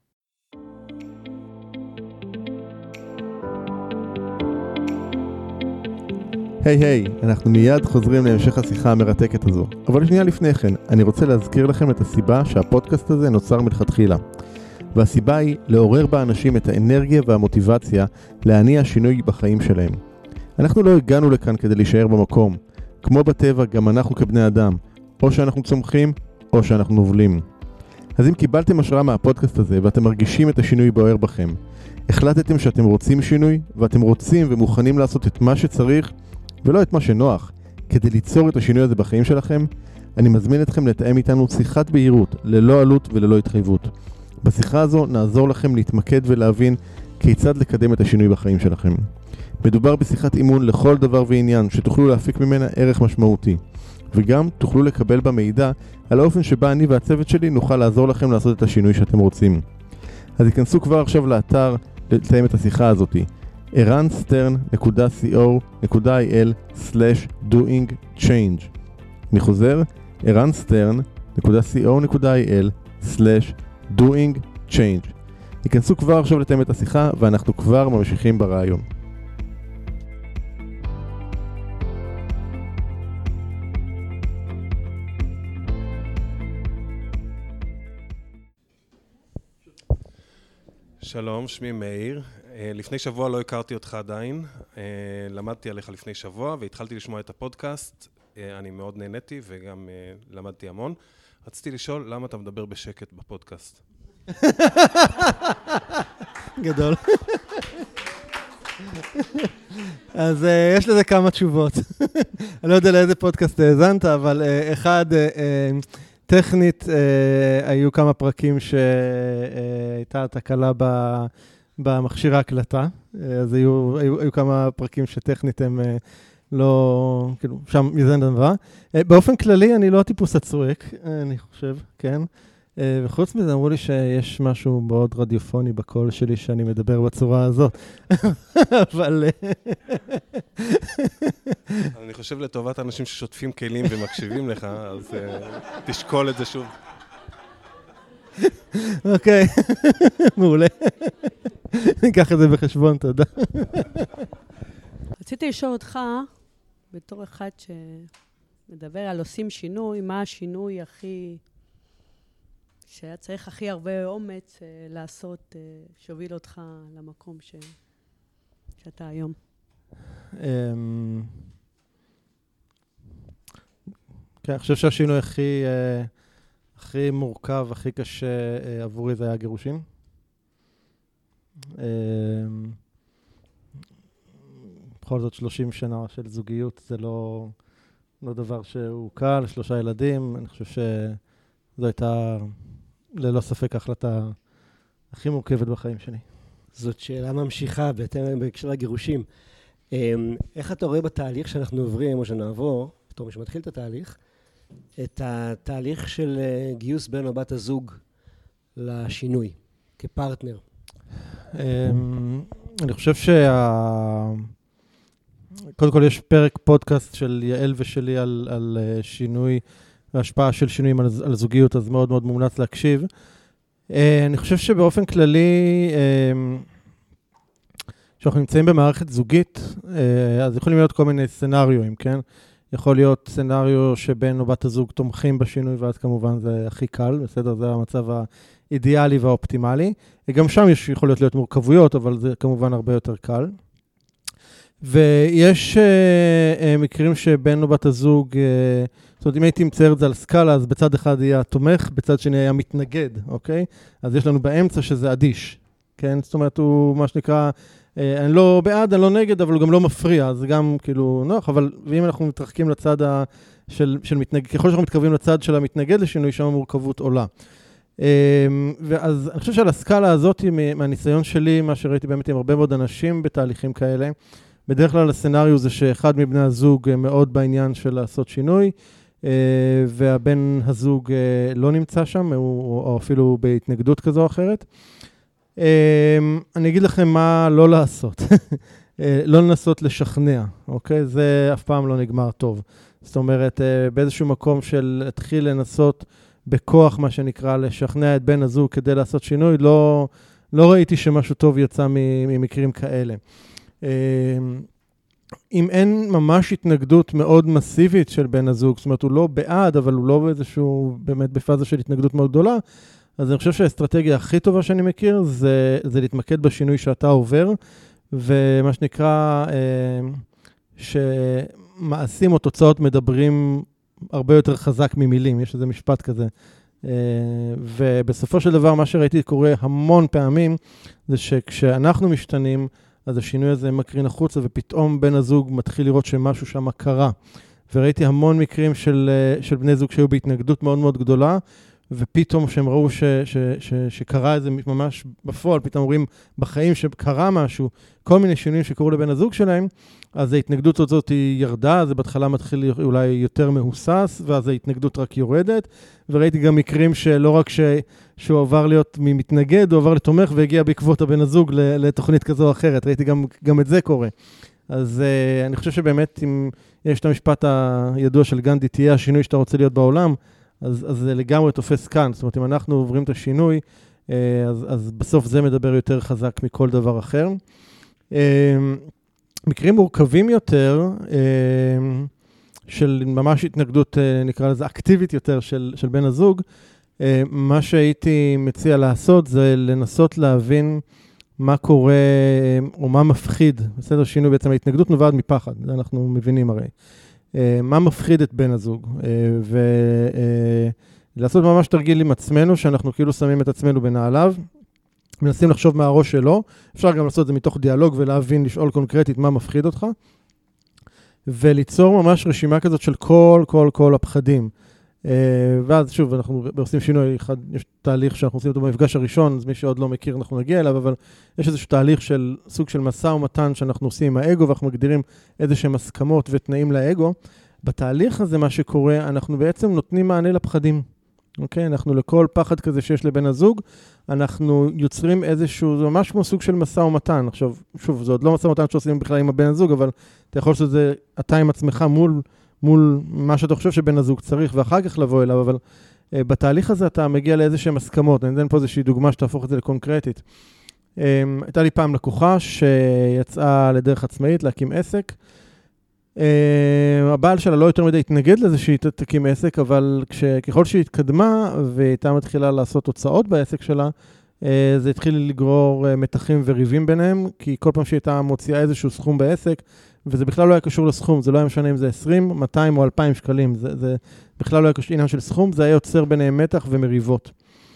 היי hey, היי, hey, אנחנו מיד חוזרים להמשך השיחה המרתקת הזו. אבל שנייה לפני כן, אני רוצה להזכיר לכם את הסיבה שהפודקאסט הזה נוצר מלכתחילה. והסיבה היא לעורר באנשים את האנרגיה והמוטיבציה להניע שינוי בחיים שלהם. אנחנו לא הגענו לכאן כדי להישאר במקום. כמו בטבע, גם אנחנו כבני אדם. או שאנחנו צומחים, או שאנחנו נובלים. אז אם קיבלתם השראה מהפודקאסט הזה, ואתם מרגישים את השינוי בוער בכם, החלטתם שאתם רוצים שינוי, ואתם רוצים ומוכנים לעשות את מה שצריך, ולא את מה שנוח, כדי ליצור את השינוי הזה בחיים שלכם, אני מזמין אתכם לתאם איתנו שיחת בהירות, ללא עלות וללא התחייבות. בשיחה הזו נעזור לכם להתמקד ולהבין כיצד לקדם את השינוי בחיים שלכם. מדובר בשיחת אימון לכל דבר ועניין שתוכלו להפיק ממנה ערך משמעותי, וגם תוכלו לקבל בה מידע על האופן שבה אני והצוות שלי נוכל לעזור לכם לעשות את השינוי שאתם רוצים. אז ייכנסו כבר עכשיו לאתר לתאם את השיחה הזאת, ערן סטרן נקודה קו נקודה איי אל סלש דואינג צ'יינג'. אני חוזר, ערן סטרן נקודה קו נקודה איי אל סלש doing change. ייכנסו כבר עכשיו לתאם את השיחה, ואנחנו כבר ממשיכים ברעיון. שלום, שמי מאיר. לפני שבוע לא הכרתי אותך עדיין. למדתי עליך לפני שבוע, והתחלתי לשמוע את הפודקאסט. אני מאוד נהניתי וגם למדתי המון. רציתי לשאול למה אתה מדבר בשקט בפודקאסט. גדול. אז יש לזה כמה תשובות. אני לא יודע לאיזה פודקאסט האזנת, אבל אחד, טכנית, היו כמה פרקים שהייתה תקלה במכשיר ההקלטה. אז היו, היו, היו כמה פרקים שטכנית הם לא, כאילו, שם מזה דבר. באופן כללי, אני לא הטיפוס הצועק, אני חושב, כן. וחוץ מזה, אמרו לי שיש משהו מאוד רדיופוני בקול שלי שאני מדבר בצורה הזאת. אבל... אני חושב לטובת האנשים ששוטפים כלים ומקשיבים לך, אז תשקול את זה שוב. אוקיי, מעולה. ניקח את זה בחשבון, תודה. רציתי לשאול אותך, בתור אחד שמדבר על עושים שינוי, מה השינוי הכי, שהיה צריך הכי הרבה אומץ לעשות, שהוביל אותך למקום ש... שאתה היום? כן, אני חושב שהשינוי הכי, הכי מורכב, הכי קשה עבורי זה היה גירושים. בכל זאת שלושים שנה של זוגיות, זה לא, לא דבר שהוא קל, שלושה ילדים. אני חושב שזו הייתה ללא ספק ההחלטה הכי מורכבת בחיים שלי. זאת שאלה ממשיכה בהקשר לגירושים. איך אתה רואה בתהליך שאנחנו עוברים או שנעבור, בתור מי שמתחיל את התהליך, את התהליך של גיוס בן או בת הזוג לשינוי, כפרטנר? אני חושב שה... קודם כל יש פרק פודקאסט של יעל ושלי על, על שינוי והשפעה של שינויים על, על זוגיות, אז מאוד מאוד מומלץ להקשיב. אני חושב שבאופן כללי, כשאנחנו נמצאים במערכת זוגית, אז יכולים להיות כל מיני סנריואים, כן? יכול להיות סנריו שבן או בת הזוג תומכים בשינוי, ואז כמובן זה הכי קל, בסדר? זה המצב האידיאלי והאופטימלי. גם שם יש יכולות להיות מורכבויות, אבל זה כמובן הרבה יותר קל. ויש uh, מקרים שבן או בת הזוג, uh, זאת אומרת, אם הייתי מצייר את זה על סקאלה, אז בצד אחד היה תומך, בצד שני היה מתנגד, אוקיי? אז יש לנו באמצע שזה אדיש, כן? זאת אומרת, הוא מה שנקרא, אני לא בעד, אני לא נגד, אבל הוא גם לא מפריע, אז גם כאילו נוח, אבל ואם אנחנו מתרחקים לצד ה, של, של מתנגד, ככל שאנחנו מתקרבים לצד של המתנגד לשינוי, שם המורכבות עולה. ואז אני חושב שעל הסקאלה הזאת, מהניסיון שלי, מה שראיתי באמת עם הרבה מאוד אנשים בתהליכים כאלה, בדרך כלל הסצנריו זה שאחד מבני הזוג מאוד בעניין של לעשות שינוי, והבן הזוג לא נמצא שם, או אפילו בהתנגדות כזו או אחרת. אני אגיד לכם מה לא לעשות. לא לנסות לשכנע, אוקיי? זה אף פעם לא נגמר טוב. זאת אומרת, באיזשהו מקום של להתחיל לנסות בכוח, מה שנקרא, לשכנע את בן הזוג כדי לעשות שינוי, לא, לא ראיתי שמשהו טוב יצא ממקרים כאלה. אם אין ממש התנגדות מאוד מסיבית של בן הזוג, זאת אומרת, הוא לא בעד, אבל הוא לא באיזשהו, באמת בפאזה של התנגדות מאוד גדולה, אז אני חושב שהאסטרטגיה הכי טובה שאני מכיר, זה, זה להתמקד בשינוי שאתה עובר, ומה שנקרא, שמעשים או תוצאות מדברים הרבה יותר חזק ממילים, יש איזה משפט כזה. ובסופו של דבר, מה שראיתי קורה המון פעמים, זה שכשאנחנו משתנים, אז השינוי הזה מקרין החוצה, ופתאום בן הזוג מתחיל לראות שמשהו שם קרה. וראיתי המון מקרים של, של בני זוג שהיו בהתנגדות מאוד מאוד גדולה, ופתאום שהם ראו ש, ש, ש, שקרה איזה ממש בפועל, פתאום רואים בחיים שקרה משהו, כל מיני שינויים שקרו לבן הזוג שלהם, אז ההתנגדות הזאת היא ירדה, זה בהתחלה מתחיל אולי יותר מהוסס, ואז ההתנגדות רק יורדת, וראיתי גם מקרים שלא רק ש, שהוא עבר להיות ממתנגד, הוא עבר לתומך והגיע בעקבות הבן הזוג לתוכנית כזו או אחרת, ראיתי גם, גם את זה קורה. אז uh, אני חושב שבאמת אם יש את המשפט הידוע של גנדי, תהיה השינוי שאתה רוצה להיות בעולם, אז, אז זה לגמרי תופס כאן. זאת אומרת, אם אנחנו עוברים את השינוי, אז, אז בסוף זה מדבר יותר חזק מכל דבר אחר. מקרים מורכבים יותר, של ממש התנגדות, נקרא לזה אקטיבית יותר של, של בן הזוג, מה שהייתי מציע לעשות זה לנסות להבין מה קורה, או מה מפחיד. בסדר, שינוי בעצם ההתנגדות נובעת מפחד, זה אנחנו מבינים הרי. מה מפחיד את בן הזוג, ולעשות ממש תרגיל עם עצמנו, שאנחנו כאילו שמים את עצמנו בנעליו, מנסים לחשוב מהראש שלו, אפשר גם לעשות את זה מתוך דיאלוג, ולהבין, לשאול קונקרטית מה מפחיד אותך, וליצור ממש רשימה כזאת של כל, כל, כל הפחדים. ואז שוב, אנחנו עושים שינוי אחד, יש תהליך שאנחנו עושים אותו במפגש הראשון, אז מי שעוד לא מכיר אנחנו נגיע אליו, אבל יש איזשהו תהליך של סוג של מסע ומתן שאנחנו עושים עם האגו, ואנחנו מגדירים איזשהם הסכמות ותנאים לאגו. בתהליך הזה מה שקורה, אנחנו בעצם נותנים מענה לפחדים. אוקיי? אנחנו לכל פחד כזה שיש לבן הזוג, אנחנו יוצרים איזשהו, זה ממש כמו סוג של מסע ומתן. עכשיו, שוב, זה עוד לא מסע ומתן שעושים בכלל עם הבן הזוג, אבל אתה יכול לעשות את זה אתה עם עצמך מול מול מה שאתה חושב שבן הזוג צריך, ואחר כך לבוא אליו, אבל uh, בתהליך הזה אתה מגיע לאיזשהם הסכמות. אני אתן פה איזושהי דוגמה שתהפוך את זה לקונקרטית. Um, הייתה לי פעם לקוחה שיצאה לדרך עצמאית להקים עסק. Uh, הבעל שלה לא יותר מדי התנגד לזה שהיא תקים עסק, אבל ככל שהיא התקדמה והייתה מתחילה לעשות תוצאות בעסק שלה, uh, זה התחיל לגרור uh, מתחים וריבים ביניהם, כי כל פעם שהיא הייתה מוציאה איזשהו סכום בעסק, וזה בכלל לא היה קשור לסכום, זה לא היה משנה אם זה עשרים, מאתיים או אלפיים שקלים, זה, זה בכלל לא היה קשור עניין של סכום, זה היה יוצר ביניהם מתח ומריבות.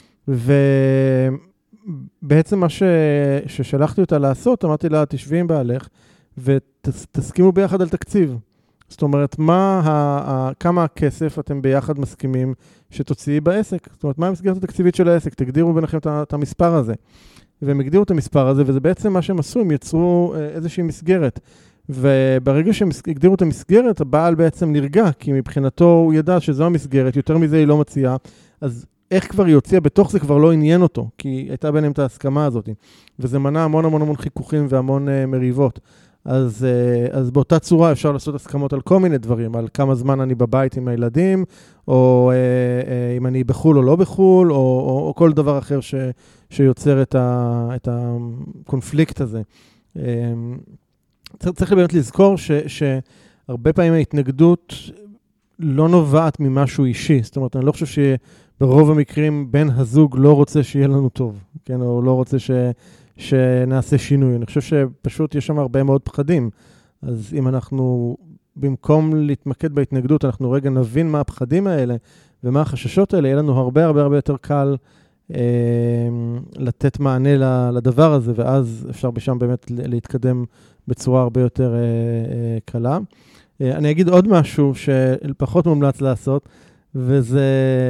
ובעצם מה ש... ששלחתי אותה לעשות, אמרתי לה, תשבי עם בעלך, ותסכימו ביחד על תקציב. זאת אומרת, מה ה... כמה הכסף אתם ביחד מסכימים שתוציאי בעסק? זאת אומרת, מה המסגרת התקציבית של העסק? תגדירו ביניכם את המספר הזה. והם הגדירו את המספר הזה, וזה בעצם מה שהם עשו, הם יצרו איזושהי מסגרת. וברגע שהם הגדירו את המסגרת, הבעל בעצם נרגע, כי מבחינתו הוא ידע שזו המסגרת, יותר מזה היא לא מציעה, אז איך כבר היא הוציאה? בתוך זה כבר לא עניין אותו, כי הייתה ביניהם את ההסכמה הזאת, וזה מנע המון המון המון חיכוכים והמון uh, מריבות. אז, uh, אז באותה צורה אפשר לעשות הסכמות על כל מיני דברים, על כמה זמן אני בבית עם הילדים, או uh, uh, אם אני בחול או לא בחול, או, או, או כל דבר אחר ש, שיוצר את, ה, את הקונפליקט הזה. Uh, צריך באמת לזכור ש, שהרבה פעמים ההתנגדות לא נובעת ממשהו אישי. זאת אומרת, אני לא חושב שברוב המקרים בן הזוג לא רוצה שיהיה לנו טוב, כן? או לא רוצה ש, שנעשה שינוי. אני חושב שפשוט יש שם הרבה מאוד פחדים. אז אם אנחנו, במקום להתמקד בהתנגדות, אנחנו רגע נבין מה הפחדים האלה ומה החששות האלה, יהיה לנו הרבה הרבה הרבה יותר קל לתת מענה לדבר הזה, ואז אפשר בשם באמת להתקדם בצורה הרבה יותר קלה. אני אגיד עוד משהו שפחות מומלץ לעשות, וזה...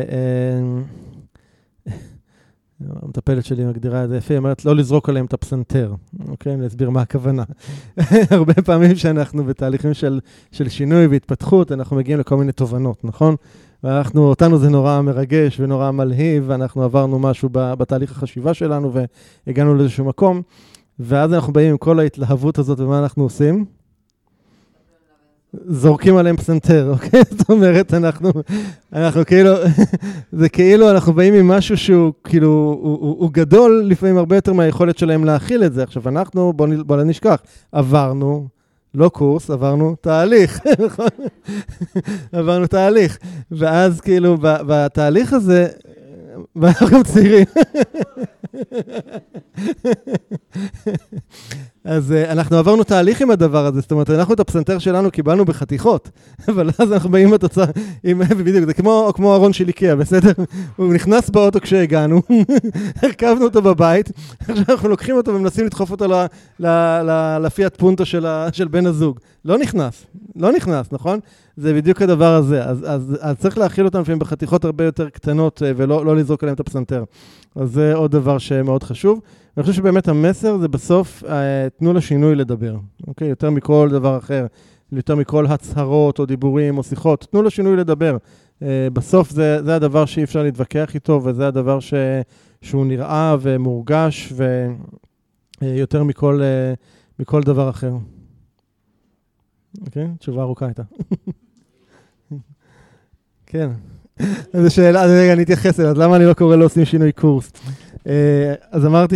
המטפלת שלי מגדירה את זה יפה, היא אומרת לא לזרוק עליהם את הפסנתר, אוקיי? אני אסביר מה הכוונה. הרבה פעמים שאנחנו בתהליכים של, של שינוי והתפתחות, אנחנו מגיעים לכל מיני תובנות, נכון? ואנחנו, אותנו זה נורא מרגש ונורא מלהיב, ואנחנו עברנו משהו בתהליך החשיבה שלנו, והגענו לאיזשהו מקום, ואז אנחנו באים עם כל ההתלהבות הזאת, ומה אנחנו עושים? זורקים עליהם פסנתר, אוקיי? זאת אומרת, אנחנו, אנחנו כאילו, זה כאילו, אנחנו באים עם משהו שהוא, כאילו, הוא, הוא, הוא גדול, לפעמים הרבה יותר מהיכולת שלהם להכיל את זה. עכשיו, אנחנו, בוא, בוא נשכח, עברנו, לא קורס, עברנו תהליך, נכון? עברנו תהליך. ואז, כאילו, בתהליך הזה, ואנחנו גם צעירים. אז uh, אנחנו עברנו תהליך עם הדבר הזה, זאת אומרת, אנחנו את הפסנתר שלנו קיבלנו בחתיכות, אבל אז אנחנו באים בתוצאה, עם, בדיוק, זה כמו, כמו ארון של איקאה, בסדר? הוא נכנס באוטו כשהגענו, הרכבנו אותו בבית, עכשיו אנחנו לוקחים אותו ומנסים לדחוף אותו ל, ל, ל, לפיאט פונטו של, ה, של בן הזוג. לא נכנס, לא נכנס, נכון? זה בדיוק הדבר הזה, אז, אז, אז צריך להכיל אותם לפעמים בחתיכות הרבה יותר קטנות, ולא לא לזרוק עליהם את הפסנתר. אז זה עוד דבר שמאוד חשוב. אני חושב שבאמת המסר זה בסוף, תנו לשינוי לדבר, אוקיי? יותר מכל דבר אחר, יותר מכל הצהרות או דיבורים או שיחות, תנו לשינוי לדבר. בסוף זה, זה הדבר שאי אפשר להתווכח איתו, וזה הדבר ש, שהוא נראה ומורגש, ויותר מכל, מכל דבר אחר. אוקיי? תשובה ארוכה הייתה. כן. זו שאלה, אז רגע, אני אתייחס אליה, אז למה אני לא קורא לא עושים שינוי קורס? אז אמרתי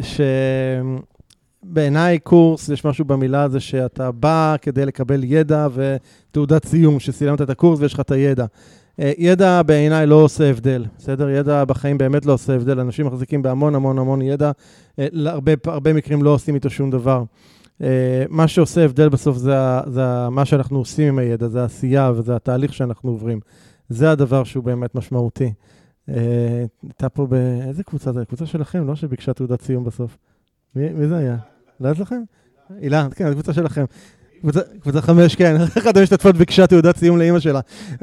שבעיניי קורס, יש משהו במילה הזה שאתה בא כדי לקבל ידע ותעודת סיום, שסיימת את הקורס ויש לך את הידע. ידע בעיניי לא עושה הבדל, בסדר? ידע בחיים באמת לא עושה הבדל, אנשים מחזיקים בהמון המון המון ידע, הרבה, הרבה מקרים לא עושים איתו שום דבר. מה שעושה הבדל בסוף זה, זה מה שאנחנו עושים עם הידע, זה העשייה וזה התהליך שאנחנו עוברים. זה הדבר שהוא באמת משמעותי. הייתה פה באיזה קבוצה זה? קבוצה שלכם, לא שביקשה תעודת סיום בסוף. מי, מי זה היה? לא יודעת לכם? אילן, כן, קבוצה שלכם. קבוצה, קבוצה חמש, כן. אחת המשתתפות ביקשה תעודת סיום לאמא שלה.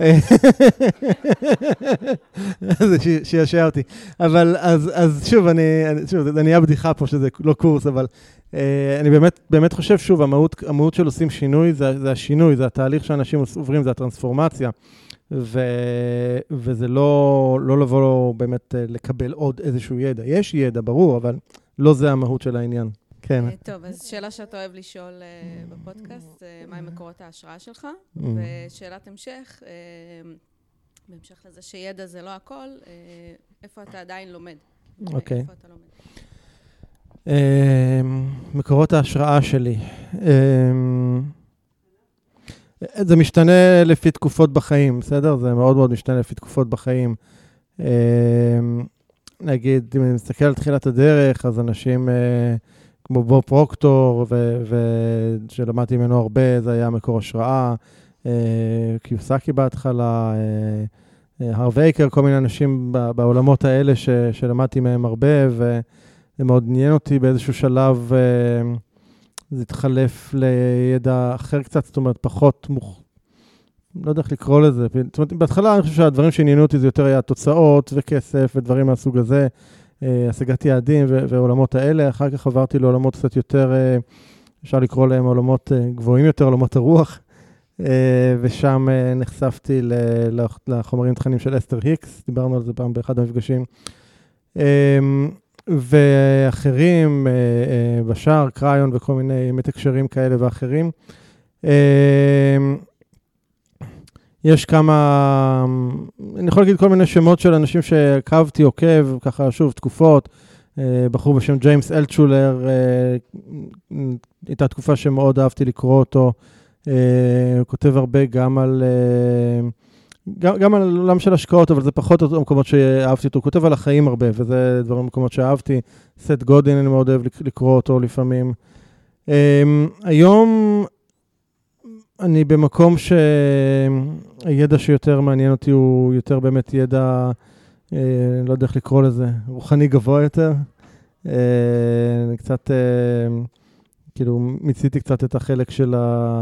זה שישע אותי. אבל אז, אז שוב, אני, שוב, זה נהיה בדיחה פה שזה לא קורס, אבל אני באמת, באמת חושב, שוב, המהות, המהות של עושים שינוי, זה, זה השינוי, זה התהליך שאנשים עוברים, זה הטרנספורמציה. ו... וזה לא, לא לבוא לו באמת לקבל עוד איזשהו ידע. יש ידע, ברור, אבל לא זה המהות של העניין. כן. טוב, אז שאלה שאתה אוהב לשאול בפודקאסט, מהי מקורות ההשראה שלך? ושאלת המשך, בהמשך לזה שידע זה לא הכל, איפה אתה עדיין לומד? אוקיי. איפה אתה לומד? מקורות ההשראה שלי. זה משתנה לפי תקופות בחיים, בסדר? זה מאוד מאוד משתנה לפי תקופות בחיים. נגיד, אם אני מסתכל על תחילת הדרך, אז אנשים כמו בוב פרוקטור, ושלמדתי ממנו הרבה, זה היה מקור השראה. קיוסקי בהתחלה, הרווי, כל מיני אנשים בעולמות האלה שלמדתי מהם הרבה, וזה מאוד עניין אותי באיזשהו שלב, זה התחלף לידע אחר קצת, זאת אומרת, פחות מוכ... לא יודע איך לקרוא לזה. זאת אומרת, בהתחלה אני חושב שהדברים שעניינו אותי זה יותר היה תוצאות וכסף ודברים מהסוג הזה, השגת יעדים ועולמות האלה. אחר כך עברתי לעולמות קצת יותר, אפשר לקרוא להם עולמות גבוהים יותר, עולמות הרוח, ושם נחשפתי לחומרים תכנים של אסתר היקס, דיברנו על זה פעם באחד המפגשים. ואחרים, בשער, קריון וכל מיני מתקשרים כאלה ואחרים. יש כמה, אני יכול להגיד כל מיני שמות של אנשים שעקבתי, עוקב, ככה שוב, תקופות. בחור בשם ג'יימס אלטשולר, הייתה תקופה שמאוד אהבתי לקרוא אותו. הוא כותב הרבה גם על... גם, גם על עולם של השקעות, אבל זה פחות המקומות שאהבתי אותו. הוא כותב על החיים הרבה, וזה דברים מקומות שאהבתי. סט גודין, אני מאוד אוהב לקרוא אותו לפעמים. Um, היום אני במקום שהידע שיותר מעניין אותי הוא יותר באמת ידע uh, לא יודע איך לקרוא לזה, רוחני גבוה יותר. אני קצת, כאילו, מיציתי קצת את החלק של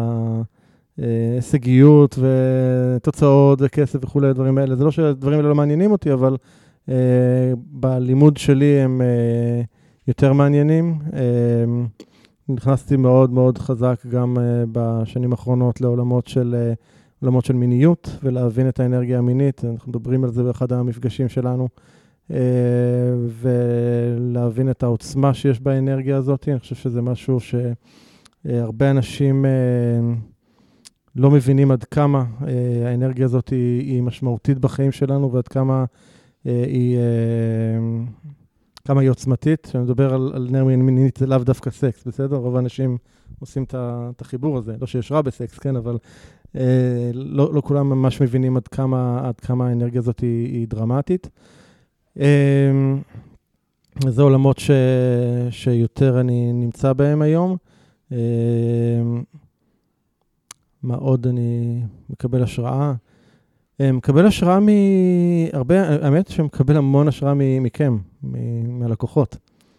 ההישגיות ותוצאות וכסף וכולי, הדברים האלה. זה לא שהדברים האלה לא מעניינים אותי, אבל בלימוד שלי הם יותר מעניינים. נכנסתי מאוד מאוד חזק גם בשנים האחרונות לעולמות של, עולמות של מיניות, ולהבין את האנרגיה המינית. אנחנו מדברים על זה באחד המפגשים שלנו. ולהבין את העוצמה שיש באנרגיה הזאת. אני חושב שזה משהו שהרבה אנשים לא מבינים עד כמה האנרגיה הזאת היא משמעותית בחיים שלנו, ועד כמה היא, כמה היא עוצמתית. כשאני מדבר על, על אנרגיה מינית, זה לאו דווקא סקס, בסדר? רוב האנשים עושים את החיבור הזה. לא שיש רע בסקס, כן, אבל לא, לא כולם ממש מבינים עד כמה, עד כמה האנרגיה הזאת היא, היא דרמטית. זה עולמות ש... שיותר אני נמצא בהם היום. מה עוד אני מקבל השראה? מקבל השראה מהרבה, האמת שמקבל המון השראה מכם, מהלקוחות.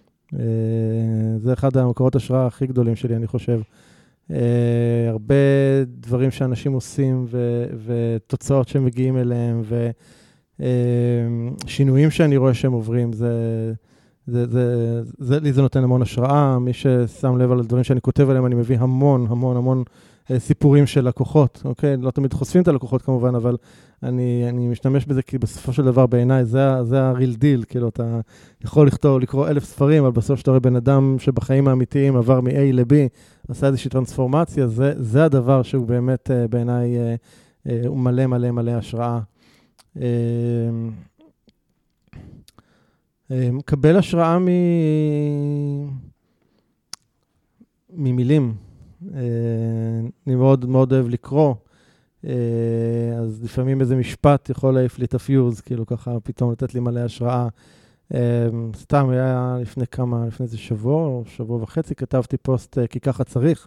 זה אחד המקורות השראה הכי גדולים שלי, אני חושב. הרבה דברים שאנשים עושים ו... ותוצאות שהם מגיעים אליהם ו... שינויים שאני רואה שהם עוברים, זה, זה, זה, זה, לי זה נותן המון השראה. מי ששם לב על הדברים שאני כותב עליהם, אני מביא המון, המון, המון סיפורים של לקוחות, אוקיי? לא תמיד חושפים את הלקוחות כמובן, אבל אני, אני משתמש בזה כי בסופו של דבר בעיניי, זה, זה הריל דיל, כאילו אתה יכול לכתוב, לקרוא אלף ספרים, אבל בסוף שאתה רואה בן אדם שבחיים האמיתיים עבר מ-A ל-B, עשה איזושהי טרנספורמציה, זה, זה הדבר שהוא באמת בעיניי, הוא מלא, מלא, מלא השראה. מקבל השראה מ... ממילים. אני מאוד מאוד אוהב לקרוא, אז לפעמים איזה משפט יכול להעיף לי את הפיוז, כאילו ככה פתאום לתת לי מלא השראה. סתם היה לפני כמה, לפני איזה שבוע או שבוע וחצי, כתבתי פוסט כי ככה צריך.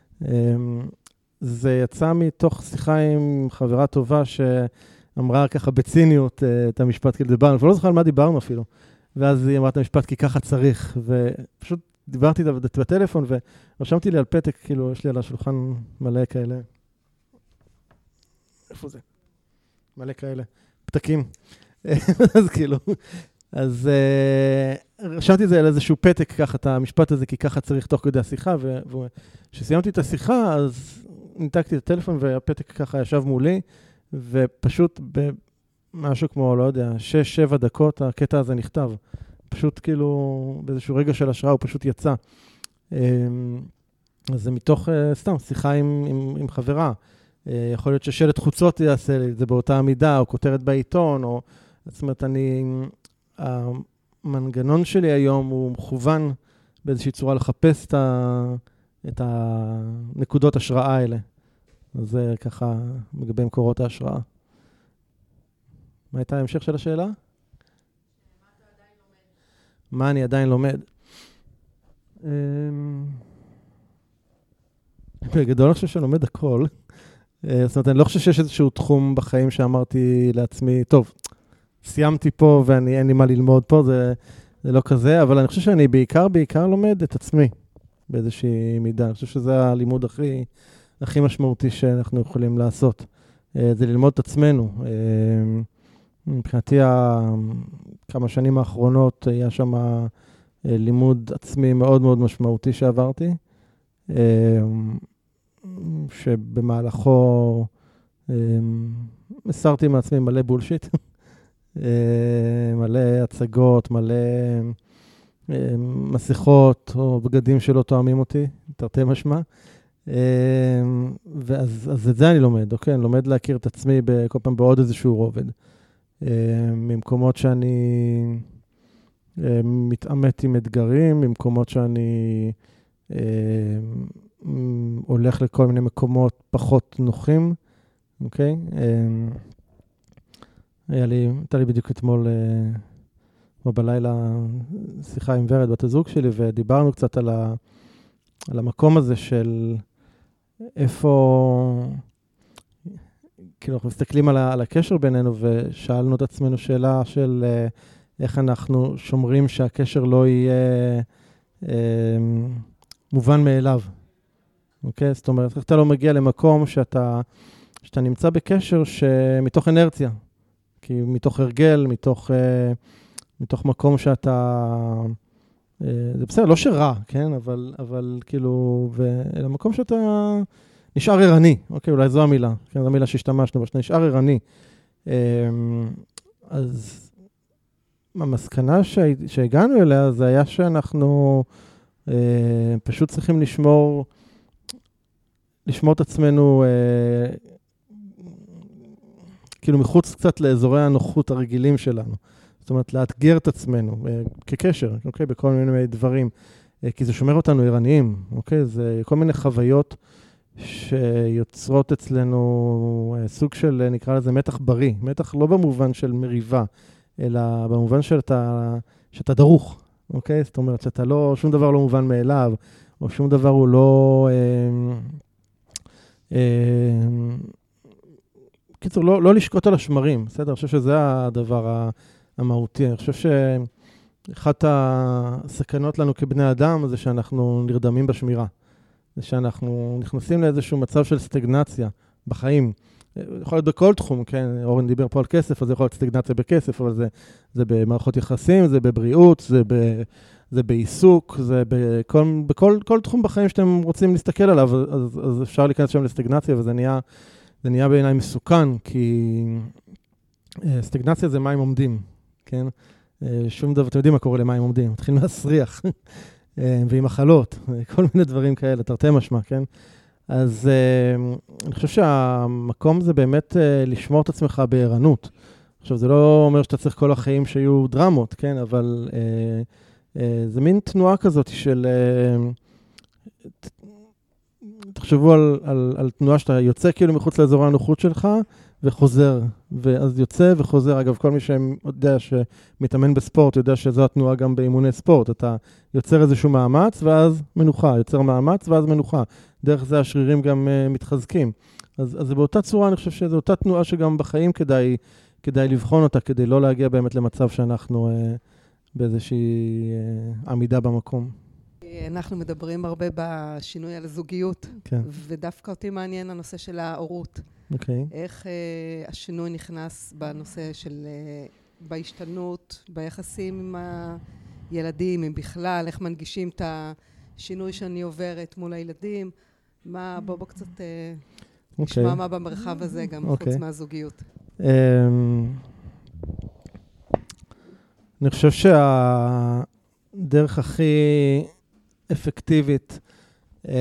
זה יצא מתוך שיחה עם חברה טובה ש... אמרה ככה בציניות את המשפט, כאילו דיברנו, ולא זוכר על מה דיברנו אפילו. ואז היא אמרה את המשפט, כי ככה צריך, ופשוט דיברתי איתה בטלפון, ורשמתי לי על פתק, כאילו, יש לי על השולחן מלא כאלה. איפה זה? מלא כאלה. פתקים. אז כאילו, אז רשמתי את זה על איזשהו פתק, ככה, את המשפט הזה, כי ככה צריך תוך כדי השיחה, וכשסיימתי את השיחה, אז ניתקתי את הטלפון, והפתק ככה ישב מולי, ופשוט במשהו כמו, לא יודע, שש, שבע דקות, הקטע הזה נכתב. פשוט כאילו, באיזשהו רגע של השראה, הוא פשוט יצא. אז זה מתוך, סתם, שיחה עם, עם, עם חברה. יכול להיות ששלט חוצות יעשה לי, זה באותה עמידה, או כותרת בעיתון, או... זאת אומרת, אני... המנגנון שלי היום הוא מכוון באיזושהי צורה לחפש את, ה, את הנקודות השראה האלה. אז זה ככה מגבי מקורות ההשראה. מה הייתה ההמשך של השאלה? מה אתה עדיין לומד? מה אני עדיין לומד? בגדול אני חושב שאני לומד הכל. זאת אומרת, אני לא חושב שיש איזשהו תחום בחיים שאמרתי לעצמי, טוב, סיימתי פה ואני אין לי מה ללמוד פה, זה, זה לא כזה, אבל אני חושב שאני בעיקר, בעיקר לומד את עצמי באיזושהי מידה. אני חושב שזה הלימוד הכי... הכי משמעותי שאנחנו יכולים לעשות. זה ללמוד את עצמנו. מבחינתי, כמה שנים האחרונות, היה שם לימוד עצמי מאוד מאוד משמעותי שעברתי, שבמהלכו מסרתי מעצמי מלא בולשיט, מלא הצגות, מלא מסכות או בגדים שלא תואמים אותי, תרתי משמע. ואז אז את זה אני לומד, אוקיי? אני לומד להכיר את עצמי כל פעם בעוד איזשהו רובד. ממקומות שאני מתאמת עם אתגרים, ממקומות שאני הולך לכל מיני מקומות פחות נוחים, אוקיי? היה לי, הייתה לי בדיוק אתמול בלילה שיחה עם ורד, בת הזוג שלי, ודיברנו קצת על ה... על המקום הזה של איפה, כאילו, אנחנו מסתכלים על, ה, על הקשר בינינו, ושאלנו את עצמנו שאלה של אה, איך אנחנו שומרים שהקשר לא יהיה אה, מובן מאליו. אוקיי? זאת אומרת, איך אתה לא מגיע למקום שאתה, שאתה נמצא בקשר שמתוך אנרציה, כי מתוך הרגל, מתוך, אה, מתוך מקום שאתה... אה, זה בסדר, לא שרע, כן? אבל, אבל כאילו, ולמקום שאתה נשאר ערני, אוקיי? אולי זו המילה, כן? זו המילה שהשתמשנו, אבל שאתה נשאר ערני. אה, אז המסקנה שהגענו אליה, זה היה שאנחנו אה, פשוט צריכים לשמור... לשמור את עצמנו אה, כאילו מחוץ קצת לאזורי הנוחות הרגילים שלנו. זאת אומרת, לאתגר את עצמנו אה, כקשר, אוקיי? בכל מיני דברים. אה, כי זה שומר אותנו ערניים, אוקיי? זה כל מיני חוויות שיוצרות אצלנו אה, סוג של, נקרא לזה, מתח בריא. מתח לא במובן של מריבה, אלא במובן שאתה, שאתה דרוך, אוקיי? זאת אומרת, שאתה לא, שום דבר לא מובן מאליו, או שום דבר הוא לא... אה, קיצור, לא, לא לשקוט על השמרים, בסדר? אני חושב שזה הדבר המהותי. אני חושב שאחת הסכנות לנו כבני אדם זה שאנחנו נרדמים בשמירה. זה שאנחנו נכנסים לאיזשהו מצב של סטגנציה בחיים. יכול להיות בכל תחום, כן? אורן דיבר פה על כסף, אז זה יכול להיות סטגנציה בכסף, אבל זה, זה במערכות יחסים, זה בבריאות, זה ב... זה בעיסוק, זה בכל, בכל כל תחום בחיים שאתם רוצים להסתכל עליו, אז, אז אפשר להיכנס שם לסטגנציה, וזה נהיה, זה נהיה בעיניי מסוכן, כי סטגנציה זה מים עומדים, כן? שום דבר, אתם יודעים מה קורה למים עומדים, מתחיל להסריח, ועם מחלות, כל מיני דברים כאלה, תרתי משמע, כן? אז אני חושב שהמקום זה באמת לשמור את עצמך בערנות. עכשיו, זה לא אומר שאתה צריך כל החיים שיהיו דרמות, כן? אבל... זה מין תנועה כזאת של, תחשבו על, על, על תנועה שאתה יוצא כאילו מחוץ לאזור הנוחות שלך, וחוזר, ואז יוצא וחוזר. אגב, כל מי שיודע שמתאמן בספורט, יודע שזו התנועה גם באימוני ספורט. אתה יוצר איזשהו מאמץ, ואז מנוחה, יוצר מאמץ, ואז מנוחה. דרך זה השרירים גם uh, מתחזקים. אז, אז זה באותה צורה, אני חושב שזו אותה תנועה שגם בחיים כדאי, כדאי לבחון אותה, כדי לא להגיע באמת למצב שאנחנו... Uh, באיזושהי עמידה במקום. אנחנו מדברים הרבה בשינוי על הזוגיות, כן. ודווקא אותי מעניין הנושא של ההורות. אוקיי. איך אה, השינוי נכנס בנושא של, אה, בהשתנות, ביחסים עם הילדים, עם בכלל, איך מנגישים את השינוי שאני עוברת מול הילדים. מה, בוא בוא קצת אה, אוקיי. נשמע מה במרחב הזה גם, אוקיי. חוץ מהזוגיות. אה... אני חושב שהדרך הכי אפקטיבית אה,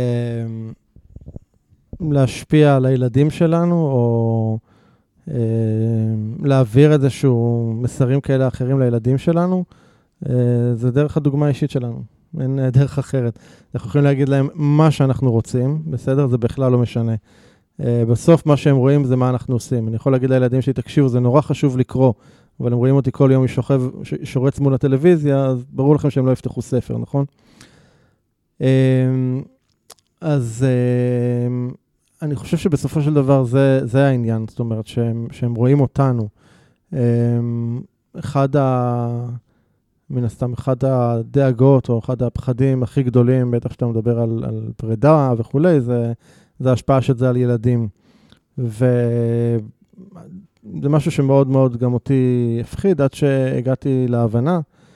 להשפיע על הילדים שלנו, או אה, להעביר איזשהו מסרים כאלה אחרים לילדים שלנו, אה, זה דרך הדוגמה האישית שלנו. אין דרך אחרת. אנחנו יכולים להגיד להם מה שאנחנו רוצים, בסדר? זה בכלל לא משנה. אה, בסוף מה שהם רואים זה מה אנחנו עושים. אני יכול להגיד לילדים שלי, תקשיבו, זה נורא חשוב לקרוא, אבל הם רואים אותי כל יום שוכב, שורץ מול הטלוויזיה, אז ברור לכם שהם לא יפתחו ספר, נכון? אז אני חושב שבסופו של דבר זה, זה העניין, זאת אומרת, שהם, שהם רואים אותנו. אחד ה... מן הסתם, אחד הדאגות או אחד הפחדים הכי גדולים, בטח שאתה מדבר על, על פרידה וכולי, זה, זה ההשפעה של זה על ילדים. ו... זה משהו שמאוד מאוד גם אותי הפחיד, עד שהגעתי להבנה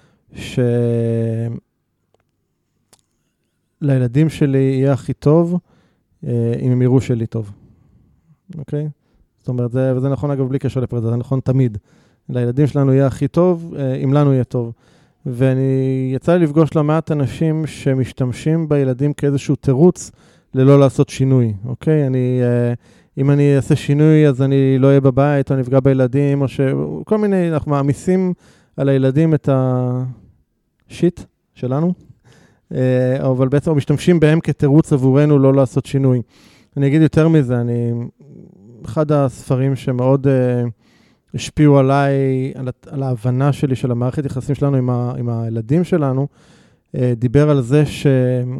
שלילדים שלי יהיה הכי טוב, אם הם יראו שלי טוב. אוקיי? זאת אומרת, זה, וזה נכון אגב בלי קשר לפרידה, זה נכון תמיד. לילדים שלנו יהיה הכי טוב, אם לנו יהיה טוב. ואני יצא לי לפגוש למעט אנשים שמשתמשים בילדים כאיזשהו תירוץ ללא לעשות שינוי. אוקיי? אני... אם אני אעשה שינוי, אז אני לא אהיה בבית, או נפגע בילדים, או ש... כל מיני, אנחנו מעמיסים על הילדים את השיט שלנו, אבל בעצם משתמשים בהם כתירוץ עבורנו לא לעשות שינוי. אני אגיד יותר מזה, אני... אחד הספרים שמאוד uh, השפיעו עליי, על, על ההבנה שלי של המערכת יחסים שלנו עם, ה... עם הילדים שלנו, uh, דיבר על זה ש...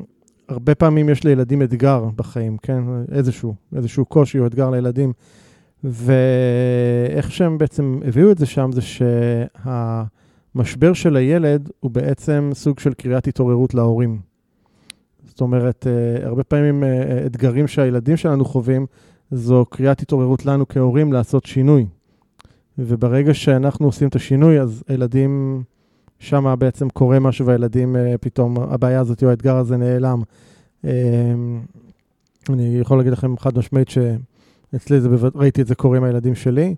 הרבה פעמים יש לילדים אתגר בחיים, כן? איזשהו, איזשהו קושי או אתגר לילדים, ואיך שהם בעצם הביאו את זה שם, זה שהמשבר של הילד הוא בעצם סוג של קריאת התעוררות להורים. זאת אומרת, הרבה פעמים אתגרים שהילדים שלנו חווים, זו קריאת התעוררות לנו כהורים לעשות שינוי. וברגע שאנחנו עושים את השינוי, אז הילדים, שם בעצם קורה משהו, והילדים פתאום, הבעיה הזאת או האתגר הזה נעלם. אני יכול להגיד לכם חד משמעית שאצלי זה, ראיתי את זה קורה עם הילדים שלי,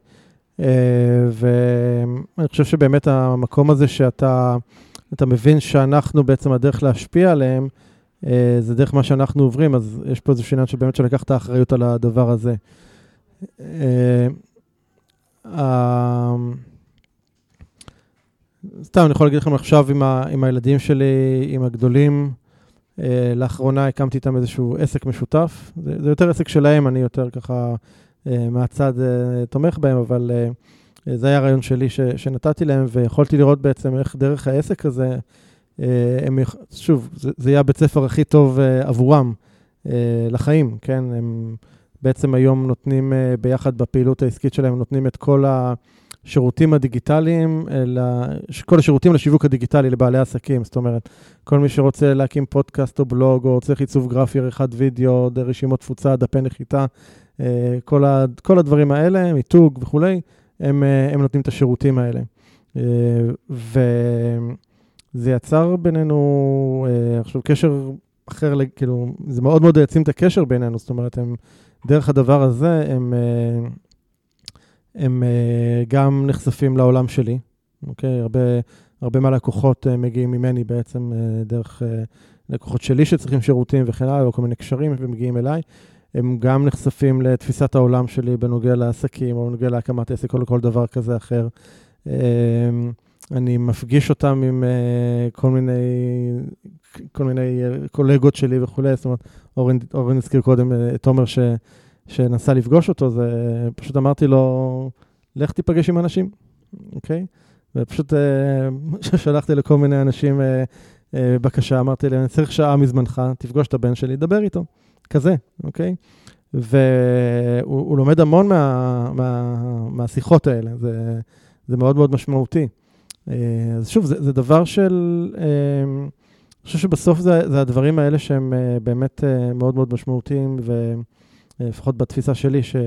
ואני חושב שבאמת המקום הזה שאתה אתה מבין שאנחנו בעצם הדרך להשפיע עליהם, זה דרך מה שאנחנו עוברים, אז יש פה איזה עניין שבאמת שלקח את האחריות על הדבר הזה. סתם, אני יכול להגיד לכם עכשיו עם, ה, עם הילדים שלי, עם הגדולים, לאחרונה הקמתי איתם איזשהו עסק משותף. זה, זה יותר עסק שלהם, אני יותר ככה מהצד תומך בהם, אבל זה היה הרעיון שלי ש, שנתתי להם, ויכולתי לראות בעצם איך דרך העסק הזה, הם, שוב, זה, זה יהיה הבית ספר הכי טוב עבורם לחיים, כן? הם בעצם היום נותנים ביחד בפעילות העסקית שלהם, נותנים את כל השירותים הדיגיטליים, כל השירותים לשיווק הדיגיטלי לבעלי עסקים. זאת אומרת, כל מי שרוצה להקים פודקאסט או בלוג, או רוצה חיצוב גרפי, עריכת וידאו, רשימות תפוצה, דפי נחיתה, כל, ה, כל הדברים האלה, מיתוג וכולי, הם, הם נותנים את השירותים האלה. וזה יצר בינינו, עכשיו, קשר אחר, כאילו, זה מאוד מאוד העצים את הקשר בינינו, זאת אומרת, הם, דרך הדבר הזה, הם, הם גם נחשפים לעולם שלי, אוקיי? הרבה, הרבה מהלקוחות מגיעים ממני בעצם דרך לקוחות שלי שצריכים שירותים וכן הלאה, או כל מיני קשרים ומגיעים אליי. הם גם נחשפים לתפיסת העולם שלי בנוגע לעסקים, או בנוגע להקמת עסק, או לכל דבר כזה אחר. אני מפגיש אותם עם כל מיני, כל מיני קולגות שלי וכו'. זאת אומרת, אורן, אורן הזכיר קודם את תומר ש, שנסע לפגוש אותו, זה פשוט אמרתי לו, לך תיפגש עם אנשים, אוקיי? ופשוט שלחתי לכל מיני אנשים בקשה, אמרתי להם, אני צריך שעה מזמנך, תפגוש את הבן שלי, דבר איתו, כזה, אוקיי? והוא לומד המון מה, מה, מהשיחות האלה, זה, זה מאוד מאוד משמעותי. אז שוב, זה, זה דבר של, אני חושב שבסוף זה, זה הדברים האלה שהם באמת מאוד מאוד משמעותיים, ולפחות בתפיסה שלי, ש...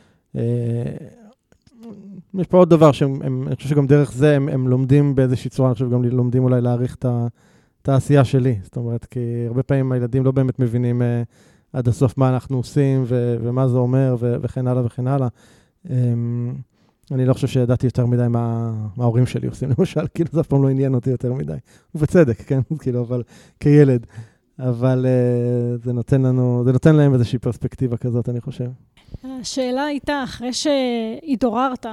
יש פה עוד דבר שאני חושב שגם דרך זה הם, הם לומדים באיזושהי צורה, אני חושב גם לומדים אולי להעריך את, את העשייה שלי. זאת אומרת, כי הרבה פעמים הילדים לא באמת מבינים uh, עד הסוף מה אנחנו עושים ו, ומה זה אומר ו, וכן הלאה וכן הלאה. Um, אני לא חושב שידעתי יותר מדי מה, מה ההורים שלי עושים, למשל, כאילו זה אף פעם לא עניין אותי יותר מדי. ובצדק, כן? כאילו, אבל כילד. אבל uh, זה נותן לנו, זה נותן להם איזושהי פרספקטיבה כזאת, אני חושב. השאלה הייתה, אחרי שהתעוררת,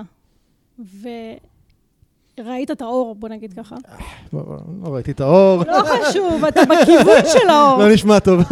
וראית את האור, בוא נגיד ככה. לא ראיתי את האור. לא חשוב, אתה בכיוון של האור. לא נשמע טוב.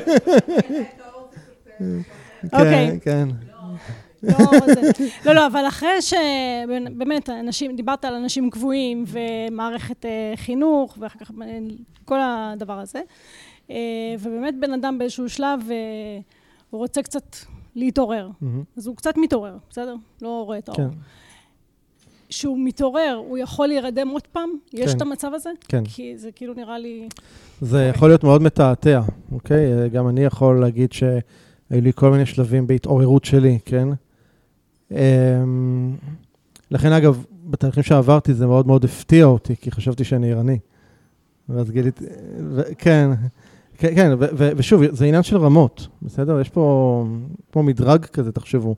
אוקיי. כן, כן. לא, לא, אבל אחרי שבאמת, דיברת על אנשים קבועים, ומערכת חינוך, ואחר כך כל הדבר הזה, ובאמת בן אדם באיזשהו שלב, הוא רוצה קצת להתעורר. אז הוא קצת מתעורר, בסדר? לא רואה את האור. שהוא מתעורר, הוא יכול להירדם עוד פעם? יש את המצב הזה? כן. כי זה כאילו נראה לי... זה יכול להיות מאוד מתעתע, אוקיי? גם אני יכול להגיד שהיו לי כל מיני שלבים בהתעוררות שלי, כן? לכן, אגב, בתהליכים שעברתי זה מאוד מאוד הפתיע אותי, כי חשבתי שאני ערני. ואז גיליתי... כן, כן, כן, ושוב, זה עניין של רמות, בסדר? יש פה מדרג כזה, תחשבו.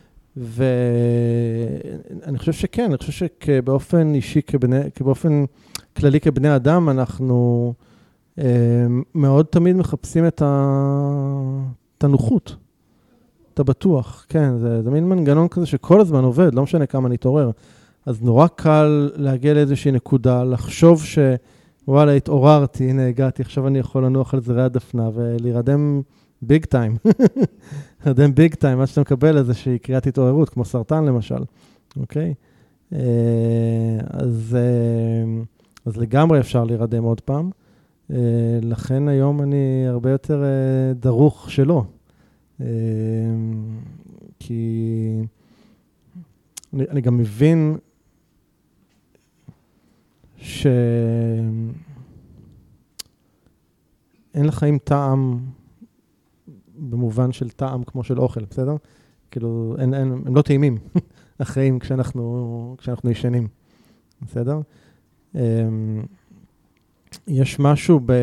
ואני חושב שכן, אני חושב שכבאופן אישי, כבאופן כללי כבני אדם, אנחנו מאוד תמיד מחפשים את הנוחות, את הבטוח, כן, זה, זה מין מנגנון כזה שכל הזמן עובד, לא משנה כמה נתעורר. אז נורא קל להגיע לאיזושהי נקודה, לחשוב ש... וואלה, התעוררתי, הנה הגעתי, עכשיו אני יכול לנוח על זרי הדפנה ולהירדם ביג טיים. להירדם ביג טיים, עד שאתה מקבל איזושהי קריאת התעוררות, כמו סרטן למשל. אוקיי? אז, אז לגמרי אפשר להירדם עוד פעם. לכן היום אני הרבה יותר דרוך שלו. כי אני, אני גם מבין שאין לחיים טעם במובן של טעם כמו של אוכל, בסדר? כאילו, אין, אין, הם לא טעימים, החיים כשאנחנו, כשאנחנו ישנים, בסדר? יש משהו ב...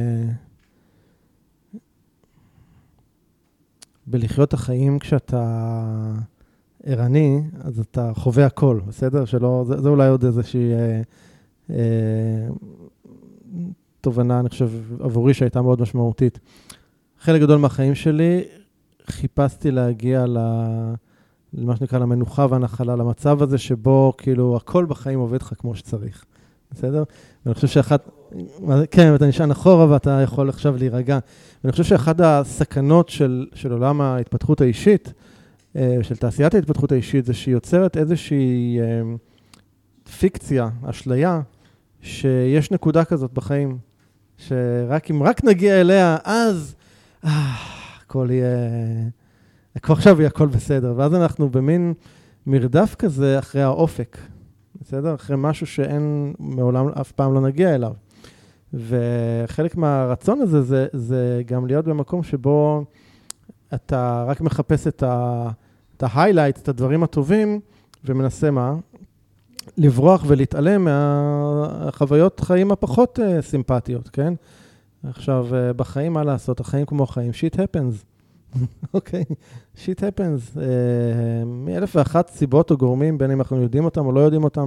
בלחיות החיים כשאתה ערני, אז אתה חווה הכל, בסדר? שלא, זה, זה אולי עוד איזושהי אה, אה, תובנה, אני חושב, עבורי שהייתה מאוד משמעותית. חלק גדול מהחיים שלי, חיפשתי להגיע ל... למה שנקרא למנוחה והנחלה, למצב הזה שבו כאילו הכל בחיים עובד לך כמו שצריך, בסדר? ואני חושב שאחת, כן, אתה נשען אחורה ואתה יכול עכשיו להירגע. ואני חושב שאחת הסכנות של, של עולם ההתפתחות האישית, של תעשיית ההתפתחות האישית, זה שהיא יוצרת איזושהי פיקציה, אשליה, שיש נקודה כזאת בחיים, שרק אם רק נגיע אליה, אז אה, הכל יהיה, כבר עכשיו יהיה הכל בסדר. ואז אנחנו במין מרדף כזה אחרי האופק, בסדר? אחרי משהו שאין, מעולם אף פעם לא נגיע אליו. וחלק מהרצון הזה, זה, זה גם להיות במקום שבו אתה רק מחפש את ה... את ה-highlights, את הדברים הטובים, ומנסה מה? לברוח ולהתעלם מהחוויות חיים הפחות uh, סימפטיות, כן? עכשיו, uh, בחיים מה לעשות? החיים כמו החיים, shit happens. אוקיי, shit happens. Uh, מאלף ואחת סיבות או גורמים, בין אם אנחנו יודעים אותם או לא יודעים אותם.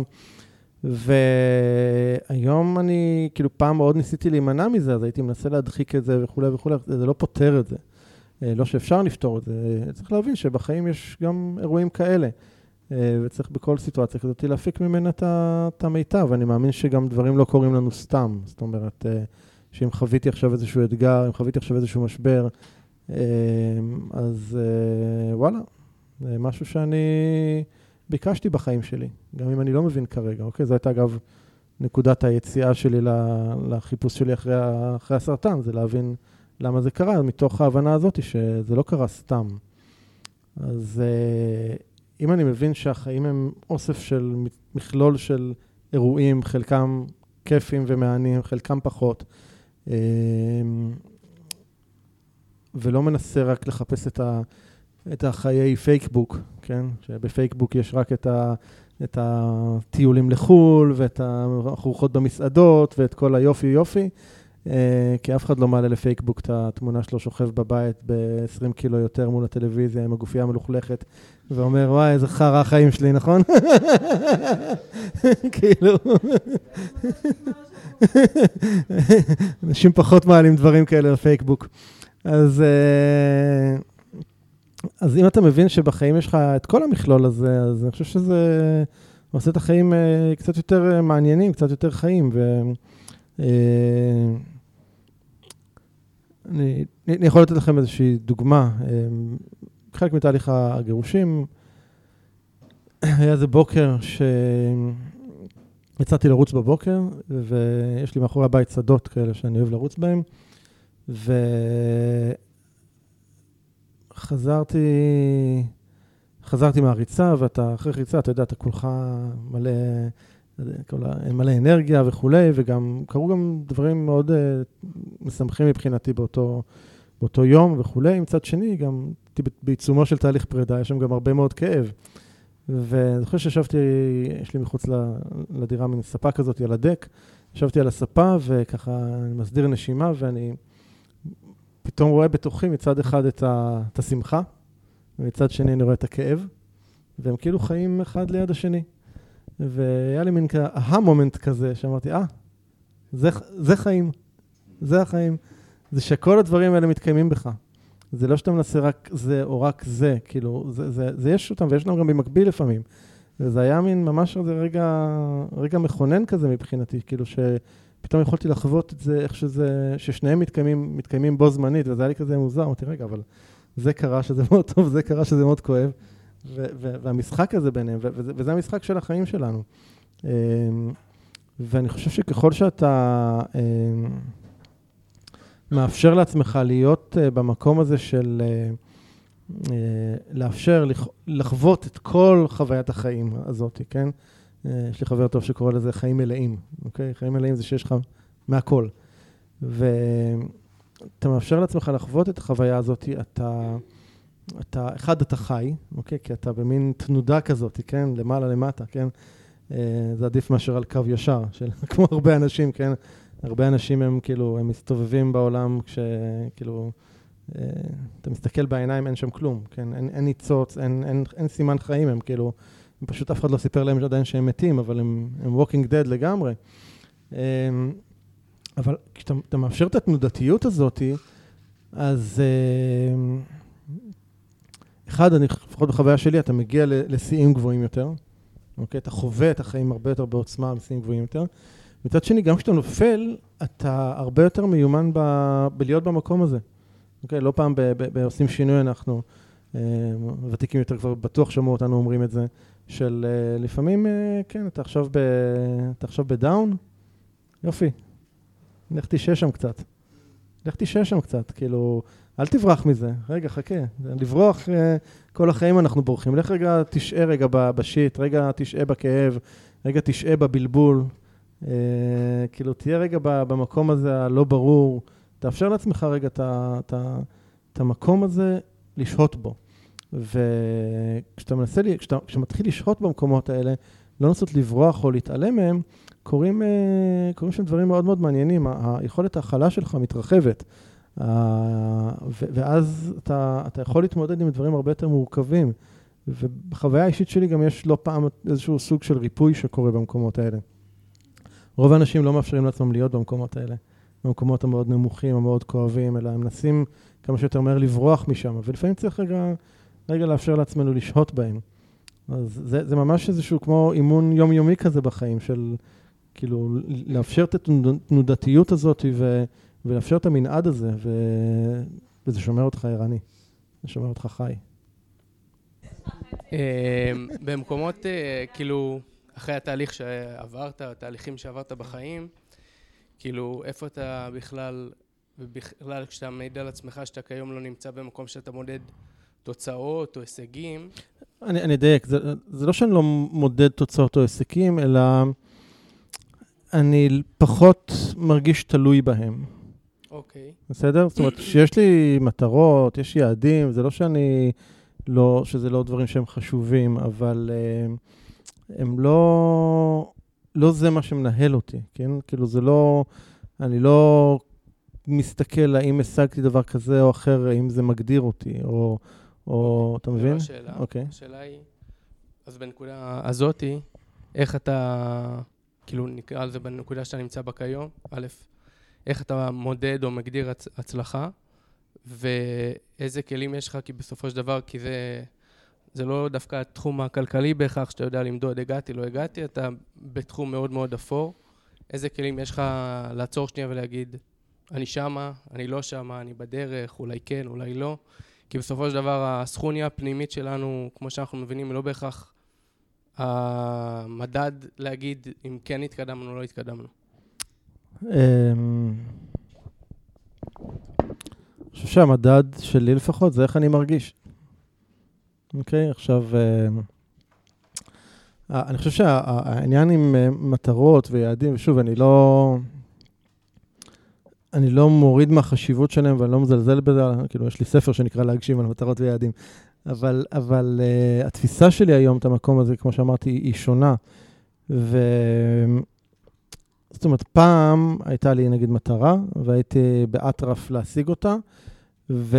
והיום אני, כאילו, פעם מאוד ניסיתי להימנע מזה, אז הייתי מנסה להדחיק את זה וכו' וכו', זה לא פותר את זה. לא שאפשר לפתור את זה, צריך להבין שבחיים יש גם אירועים כאלה, וצריך בכל סיטואציה כזאת להפיק ממנה את המיטב, ואני מאמין שגם דברים לא קורים לנו סתם, זאת אומרת, שאם חוויתי עכשיו איזשהו אתגר, אם חוויתי עכשיו איזשהו משבר, אז וואלה, זה משהו שאני ביקשתי בחיים שלי, גם אם אני לא מבין כרגע, אוקיי? זו הייתה אגב נקודת היציאה שלי לחיפוש שלי אחרי, אחרי הסרטן, זה להבין למה זה קרה, מתוך ההבנה הזאת שזה לא קרה סתם. אז אם אני מבין שהחיים הם אוסף של מכלול של אירועים, חלקם כיפים ומעניינים, חלקם פחות, ולא מנסה רק לחפש את, ה, את החיי פייקבוק, כן? שבפייקבוק יש רק את, ה, את הטיולים לחול, ואת הארוחות במסעדות, ואת כל היופי יופי, כי אף אחד לא מעלה לפייקבוק את התמונה שלו שוכב בבית ב-עשרים קילו יותר מול הטלוויזיה עם הגופייה המלוכלכת, ואומר, וואי, איזה חרא החיים שלי, נכון? כאילו... אנשים פחות מעלים דברים כאלה לפייקבוק. אז, אז אם אתה מבין שבחיים יש לך את כל המכלול הזה, אז אני חושב שזה עושה את החיים קצת יותר מעניינים, קצת יותר חיים, ו... אני, אני יכול לתת לכם איזושהי דוגמה. חלק מתהליך הגירושים, היה איזה בוקר שיצאתי לרוץ בבוקר, ויש לי מאחורי הבית שדות כאלה שאני אוהב לרוץ בהם, וחזרתי, חזרתי מהריצה, ואתה אחרי ריצה, אתה יודע, אתה כולך מלא... מלא אנרגיה וכולי, וגם קרו גם דברים מאוד uh, משמחים מבחינתי באותו, באותו יום וכולי. מצד שני, גם בעיצומו של תהליך פרידה, יש שם גם הרבה מאוד כאב. ואני חושב שישבתי, יש לי מחוץ לדירה מן ספה כזאת על הדק, ישבתי על הספה וככה אני מסדיר נשימה, ואני פתאום רואה בתוכי מצד אחד את, ה, את השמחה, ומצד שני אני רואה את הכאב, והם כאילו חיים אחד ליד השני. והיה לי מין המומנט כזה, שאמרתי, אה, זה, זה חיים, זה החיים. זה שכל הדברים האלה מתקיימים בך. זה לא שאתה מנסה רק זה או רק זה, כאילו, זה, זה, זה יש אותם, ויש אותם גם במקביל לפעמים. וזה היה מין ממש רגע, רגע מכונן כזה מבחינתי, כאילו שפתאום יכולתי לחוות את זה, איך שזה, ששניהם מתקיימים, מתקיימים בו זמנית, וזה היה לי כזה מוזר, אמרתי, רגע, אבל זה קרה שזה מאוד טוב, זה קרה שזה מאוד כואב. ו- ו- והמשחק הזה ביניהם, ו- וזה, וזה המשחק של החיים שלנו. ואני חושב שככל שאתה מאפשר לעצמך להיות במקום הזה של לאפשר לחוות את כל חוויית החיים הזאת, כן? יש לי חבר טוב שקורא לזה חיים מלאים, אוקיי? חיים מלאים זה שיש לך מהכל. ואתה מאפשר לעצמך לחוות את החוויה הזאת, אתה, אתה, אחד, אתה חי, אוקיי? כי אתה במין תנודה כזאת, כן? למעלה, למטה, כן? זה עדיף מאשר על קו ישר, של, כמו הרבה אנשים, כן? הרבה אנשים הם כאילו, הם מסתובבים בעולם כשכאילו, אתה מסתכל בעיניים, אין שם כלום, כן? אין, אין ניצוץ, אין, אין, אין סימן חיים, הם כאילו, הם פשוט אף אחד לא סיפר להם שעדיין שהם מתים, אבל הם, הם walking dead לגמרי. אבל כשאתה מאפשר את התנודתיות הזאת, אז אחד, אני לפחות בחוויה שלי, אתה מגיע לשיאים גבוהים יותר, אוקיי? אתה חווה את החיים הרבה יותר בעוצמה, בשיאים גבוהים יותר. מצד שני, גם כשאתה נופל, אתה הרבה יותר מיומן ב, בלהיות במקום הזה. אוקיי? לא פעם בעושים שינוי, אנחנו ותיקים יותר כבר בטוח שמעו אותנו אומרים את זה, של לפעמים, כן, אתה עכשיו, ב, אתה עכשיו בדאון, יופי, לך תשעה שם קצת. לך תשעה שם קצת, כאילו, אל תברח מזה. רגע, חכה. לברוח, כל החיים אנחנו בורחים. לך רגע, תשעה רגע בשיט, רגע, תשעה בכאב, רגע, תשעה בבלבול. כאילו, תהיה רגע במקום הזה הלא ברור. תאפשר לעצמך רגע את המקום הזה לשהות בו. וכשאתה מנסה, כשאתה מתחיל לשהות במקומות האלה, לא נסות לברוח או להתעלם מהם, קוראים, קוראים שם דברים מאוד מאוד מעניינים. היכולת ההכלה שלך מתרחבת. ואז אתה, אתה יכול להתמודד עם דברים הרבה יותר מורכבים. ובחוויה האישית שלי גם יש לא פעם איזשהו סוג של ריפוי שקורה במקומות האלה. רוב האנשים לא מאפשרים לעצמם להיות במקומות האלה. במקומות המאוד נמוכים, המאוד כואבים, אלא הם מנסים כמה שיותר מהר לברוח משם. ולפעמים צריך רגע, רגע לאפשר לעצמנו לשהות בהם. אז זה, זה ממש איזשהו כמו אימון יומיומי כזה בחיים, של כאילו לאפשר את התנודתיות הזאת ו, ולאפשר את המנעד הזה, ו, וזה שומר אותך ערני, זה שומר אותך חי. במקומות, כאילו, אחרי התהליך שעברת, התהליכים שעברת בחיים, כאילו, איפה אתה בכלל, ובכלל כשאתה מעיד על עצמך שאתה כיום לא נמצא במקום שאתה מודד תוצאות או הישגים? אני, אני אדייק, זה, זה לא שאני לא מודד תוצאות או הישגים, אלא אני פחות מרגיש תלוי בהם. אוקיי. בסדר? זאת אומרת, שיש לי מטרות, יש יעדים, זה לא שאני, לא, שזה לא דברים שהם חשובים, אבל הם לא, לא זה מה שמנהל אותי, כן? כאילו זה לא, אני לא מסתכל האם השגתי דבר כזה או אחר, האם זה מגדיר אותי, או, או, אתה מבין? השאלה, השאלה היא, אז בנקודה הזאתי, איך אתה, כאילו נקרא על זה בנקודה שאתה נמצא בה כיום, א', איך אתה מודד או מגדיר הצ, הצלחה, ואיזה כלים יש לך, כי בסופו של דבר, כי זה, זה לא דווקא התחום הכלכלי בהכרח, שאתה יודע למדוד, הגעתי, לא הגעתי, אתה בתחום מאוד מאוד אפור. איזה כלים יש לך לעצור שנייה ולהגיד, אני שמה, אני לא שמה, אני בדרך, אולי כן, אולי לא. כי בסופו של דבר, הסכוניה הפנימית שלנו, כמו שאנחנו מבינים, היא לא בהכרח המדד להגיד אם כן התקדמנו או לא התקדמנו. אני חושב שהמדד שלי לפחות זה איך אני מרגיש. אוקיי, עכשיו, אני חושב שהעניין עם מטרות ויעדים, ושוב, אני לא, אני לא מוריד מהחשיבות שלהם ואני לא מזלזל בזה, כאילו יש לי ספר שנקרא להגשים על מטרות ויעדים, אבל, אבל התפיסה שלי היום, את המקום הזה, כמו שאמרתי, היא שונה, ו... זאת אומרת, פעם הייתה לי נגיד מטרה, והייתי באטרף להשיג אותה, ו...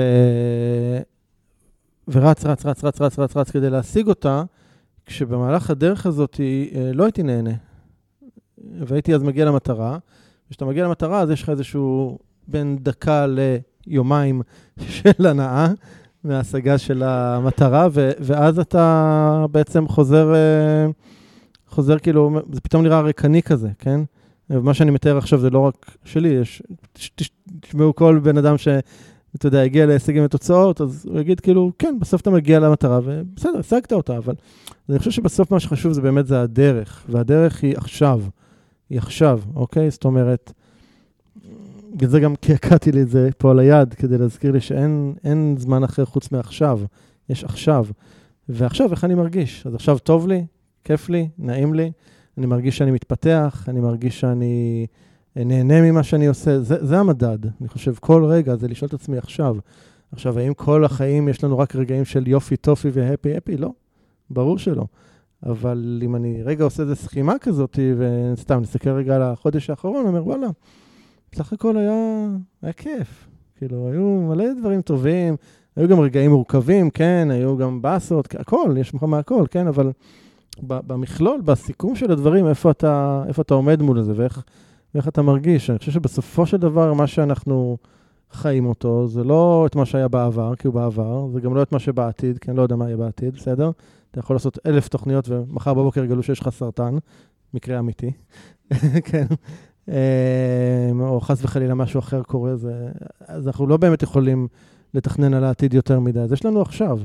ורץ, רץ, רץ, רץ, רץ, רץ, רץ כדי להשיג אותה, כשבמהלך הדרך הזאת לא הייתי נהנה. והייתי אז מגיע למטרה, וכשאתה מגיע למטרה, אז יש לך איזשהו בין דקה ליומיים של הנאה, מההשגה של המטרה, ו... ואז אתה בעצם חוזר, חוזר כאילו, זה פתאום נראה ריקני כזה, כן? ומה שאני מתאר עכשיו זה לא רק שלי, יש, תשמעו כל בן אדם שאתה יודע, הגיע להשיגים ותוצאות, אז הוא יגיד כאילו, כן, בסוף אתה מגיע למטרה, ובסדר, השגת אותה, אבל אני חושב שבסוף מה שחשוב זה באמת זה הדרך, והדרך היא עכשיו, היא עכשיו, אוקיי? זאת אומרת, בגלל זה גם קעקעתי לי את זה פה על היד, כדי להזכיר לי שאין אין זמן אחר חוץ מעכשיו, יש עכשיו. ועכשיו, איך אני מרגיש? אז עכשיו טוב לי, כיף לי, נעים לי, אני מרגיש שאני מתפתח, אני מרגיש שאני נהנה ממה שאני עושה, זה, זה המדד. אני חושב, כל רגע זה לשאול את עצמי עכשיו. עכשיו, האם כל החיים יש לנו רק רגעים של יופי, טופי והפי, הפי? לא, ברור שלא. אבל אם אני רגע עושה איזו סכימה כזאת, וסתם נסתכל רגע על החודש האחרון, אני אומר, וואלה, בסך הכל היה, היה כיף. כאילו, היו מלא דברים טובים, היו גם רגעים מורכבים, כן, היו גם בסות, הכל, יש לך מהכל, כן, אבל במכלול, בסיכום של הדברים, איפה אתה, איפה אתה עומד מול זה, ואיך, ואיך אתה מרגיש. אני חושב שבסופו של דבר, מה שאנחנו חיים אותו, זה לא את מה שהיה בעבר, כי הוא בעבר, זה גם לא את מה שבעתיד, כי אני לא יודע מה יהיה בעתיד, בסדר? אתה יכול לעשות אלף תוכניות, ומחר בבוקר יגלו שיש לך סרטן, מקרה אמיתי, כן. או חס וחלילה משהו אחר קורה, זה, אז אנחנו לא באמת יכולים לתכנן על העתיד יותר מדי, אז יש לנו עכשיו.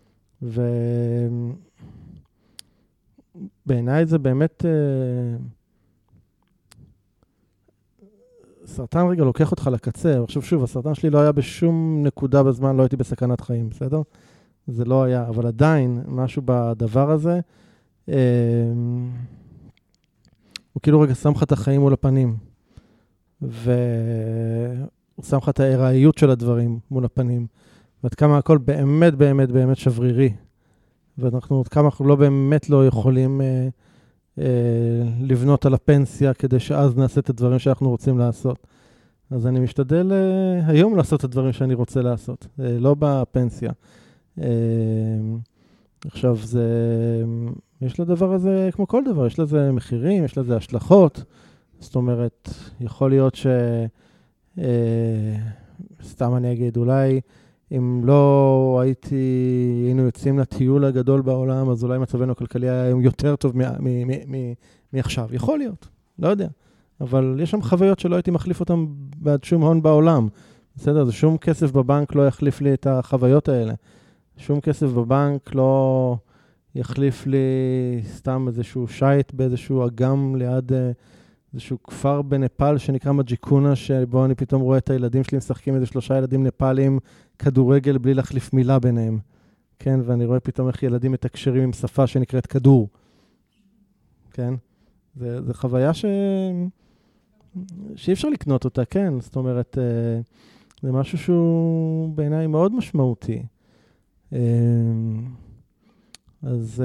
ובעיניי זה באמת, סרטן רגע לוקח אותך לקצה, עכשיו שוב, הסרטן שלי לא היה בשום נקודה בזמן, לא הייתי בסכנת חיים, בסדר? זה לא היה, אבל עדיין משהו בדבר הזה, הוא כאילו רגע שם לך את החיים מול הפנים, והוא שם לך את ההיראיות של הדברים מול הפנים, ועד כמה הכל באמת, באמת, באמת שברירי, ואנחנו, עד כמה אנחנו לא באמת לא יכולים אה, אה, לבנות על הפנסיה, כדי שאז נעשה את הדברים שאנחנו רוצים לעשות. אז אני משתדל אה, היום לעשות את הדברים שאני רוצה לעשות, אה, לא בפנסיה. אה, עכשיו זה... יש לדבר הזה, כמו כל דבר, יש לזה מחירים, יש לזה השלכות. זאת אומרת, יכול להיות ש... אה, סתם אני אגיד, אולי אם לא הייתי, היינו יוצאים לטיול הגדול בעולם, אז אולי מצבנו הכלכלי היה היום יותר טוב מעכשיו. יכול להיות, לא יודע. אבל יש שם חוויות שלא הייתי מחליף אותם בעד שום הון בעולם. בסדר? זה שום כסף בבנק לא יחליף לי את החוויות האלה. שום כסף בבנק לא... יחליף לי סתם איזשהו שייט באיזשהו אגם ליד איזשהו כפר בנפאל שנקרא מג'יקונה, שבו אני פתאום רואה את הילדים שלי משחקים איזה שלושה ילדים נפאלים כדורגל בלי להחליף מילה ביניהם. כן, ואני רואה פתאום איך ילדים מתקשרים עם שפה שנקראת כדור. כן? זה, זה חוויה ש... שאי אפשר לקנות אותה, כן? זאת אומרת, זה משהו שהוא בעיניי מאוד משמעותי. אז,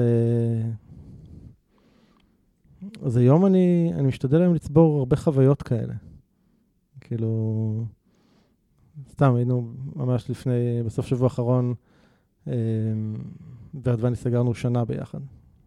אז היום אני, אני משתדל היום לצבור הרבה חוויות כאלה. כאילו, סתם, היינו ממש לפני, בסוף שבוע האחרון, ורד ואני סגרנו שנה ביחד.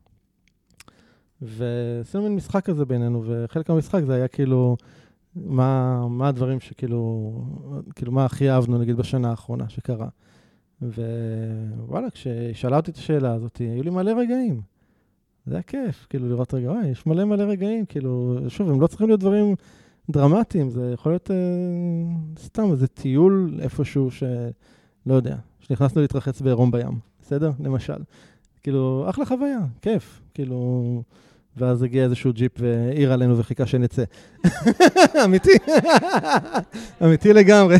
ועשינו מין משחק כזה בינינו, וחלק מהמשחק זה היה כאילו, מה, מה הדברים שכאילו, כאילו מה הכי אהבנו, נגיד, בשנה האחרונה שקרה. ווואלה, כששאלה אותי את השאלה הזאת, היו לי מלא רגעים. זה היה כיף, כאילו לראות רגע, וואי, יש מלא מלא רגעים, כאילו, שוב, הם לא צריכים להיות דברים דרמטיים, זה יכול להיות אה, סתם איזה טיול איפשהו ש... לא יודע, שנכנסנו להתרחץ בעירום בים, בסדר? למשל. כאילו, אחלה חוויה, כיף, כאילו... ואז הגיע איזשהו ג'יפ והעיר עלינו וחיכה שנצא. אמיתי, אמיתי לגמרי.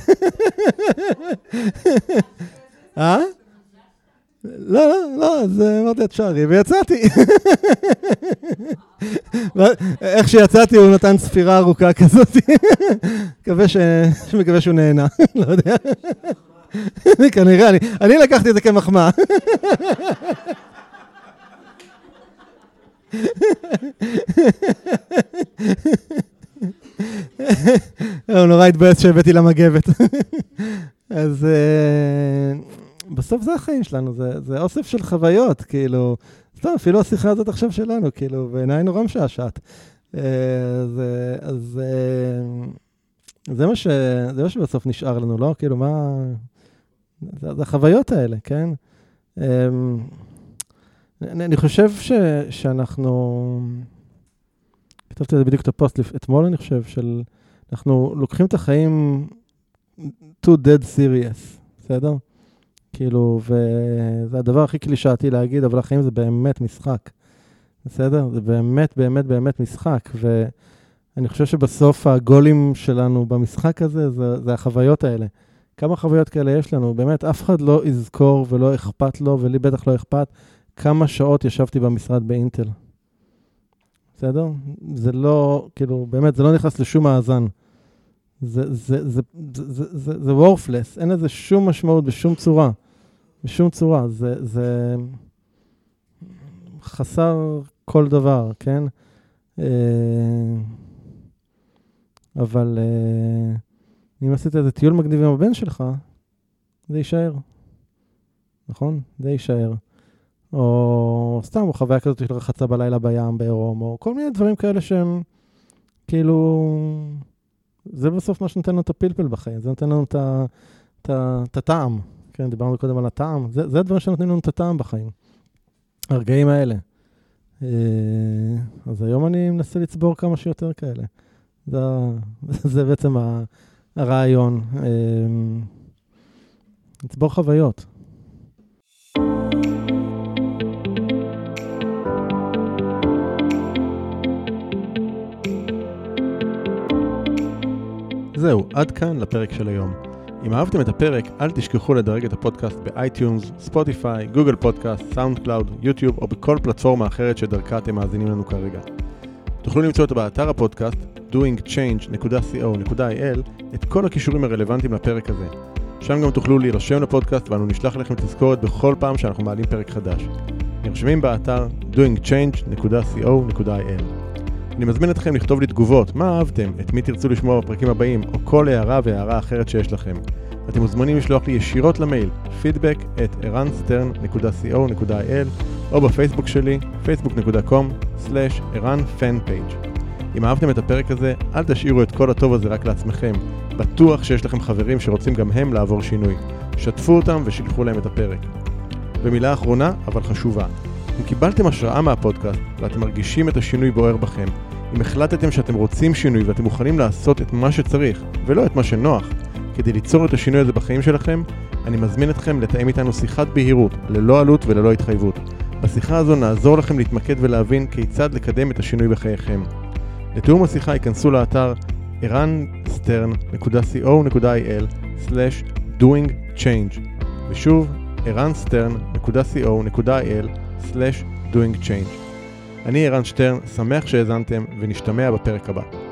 אה? לא, לא, לא, אז אמרתי את שערי, ויצאתי. איך שיצאתי הוא נתן ספירה ארוכה כזאת. מקווה שהוא נהנה, לא יודע. כנראה, אני לקחתי את זה כמחמאה. הוא נורא התבאס שהבאתי למגבת. אז בסוף זה החיים שלנו, זה אוסף של חוויות, כאילו, סתם, אפילו השיחה הזאת עכשיו שלנו, כאילו, בעיניי נורא משעשעת. אז זה מה שבסוף נשאר לנו, לא? כאילו, מה... זה החוויות האלה, כן? אני חושב ש, שאנחנו, כתבתי את זה בדיוק את הפוסט אתמול, אני חושב, של, אנחנו לוקחים את החיים too dead serious, בסדר? כאילו, וזה הדבר הכי קלישאתי להגיד, אבל החיים זה באמת משחק, בסדר? זה באמת, באמת, באמת משחק, אני חושב שבסוף הגולים שלנו במשחק הזה, זה, זה החוויות האלה. כמה חוויות כאלה יש לנו? באמת, אף אחד לא יזכור ולא אכפת לו, ולי בטח לא אכפת, כמה שעות ישבתי במשרד באינטל. בסדר? זה לא, כאילו, באמת, זה לא נכנס לשום מאזן. זה, זה, זה, זה, זה, זה, זה וורפלס, אין לזה שום משמעות בשום צורה. בשום צורה. זה, זה חסר כל דבר, כן? אבל אם עשית איזה טיול מגניב עם הבן שלך, זה יישאר. נכון? זה יישאר. או סתם, או חוויה כזאת של רחצה בלילה בים, בעירום, או כל מיני דברים כאלה שהם כאילו... זה בסוף מה שנותן לנו את הפלפל בחיים, זה נותן לנו את הטעם. כן, דיברנו קודם על הטעם. זה, זה הדברים שנותנים לנו את הטעם בחיים. הרגעים האלה. אז היום אני מנסה לצבור כמה שיותר כאלה. זה, זה בעצם הרעיון. לצבור חוויות. זהו, עד כאן לפרק של היום. אם אהבתם את הפרק, אל תשכחו לדרג את הפודקאסט באייטיונס, ספוטיפיי, גוגל פודקאסט, סאונד קלאוד, יוטיוב או בכל פלטפורמה אחרת שדרכה אתם מאזינים לנו כרגע. תוכלו למצוא אותו באתר הפודקאסט doing change dot co dot il את כל הכישורים הרלוונטיים לפרק הזה. שם גם תוכלו להירשם לפודקאסט ואנו נשלח לכם תזכורת בכל פעם שאנחנו מעלים פרק חדש. נרשמים באתר doing change dot co dot il. אני מזמין אתכם לכתוב לי תגובות, מה אהבתם, את מי תרצו לשמוע בפרקים הבאים, או כל הערה והערה אחרת שיש לכם. אתם מוזמנים לשלוח לי ישירות למייל, feedback at ערן סטרן dot co dot il, או בפייסבוק שלי, facebook dot com slash ערן fanpage. אם אהבתם את הפרק הזה, אל תשאירו את כל הטוב הזה רק לעצמכם. בטוח שיש לכם חברים שרוצים גם הם לעבור שינוי. שתפו אותם ושילחו להם את הפרק. ומילה אחרונה, אבל חשובה. אם קיבלתם השראה מהפודקאסט ואתם מרגישים את השינוי בוער בכם, אם החלטתם שאתם רוצים שינוי ואתם מוכנים לעשות את מה שצריך ולא את מה שנוח, כדי ליצור את השינוי הזה בחיים שלכם, אני מזמין אתכם לתאם איתנו שיחת בהירות, ללא עלות וללא התחייבות. בשיחה הזו נעזור לכם להתמקד ולהבין כיצד לקדם את השינוי בחייכם. לתיאום השיחה ייכנסו לאתר ערן סטרן dot co dot il slash doing change ושוב ערן סטרן dot co dot il slash doing change. אני ערן שטרן, שמח שהאזנתם ונשתמע בפרק הבא.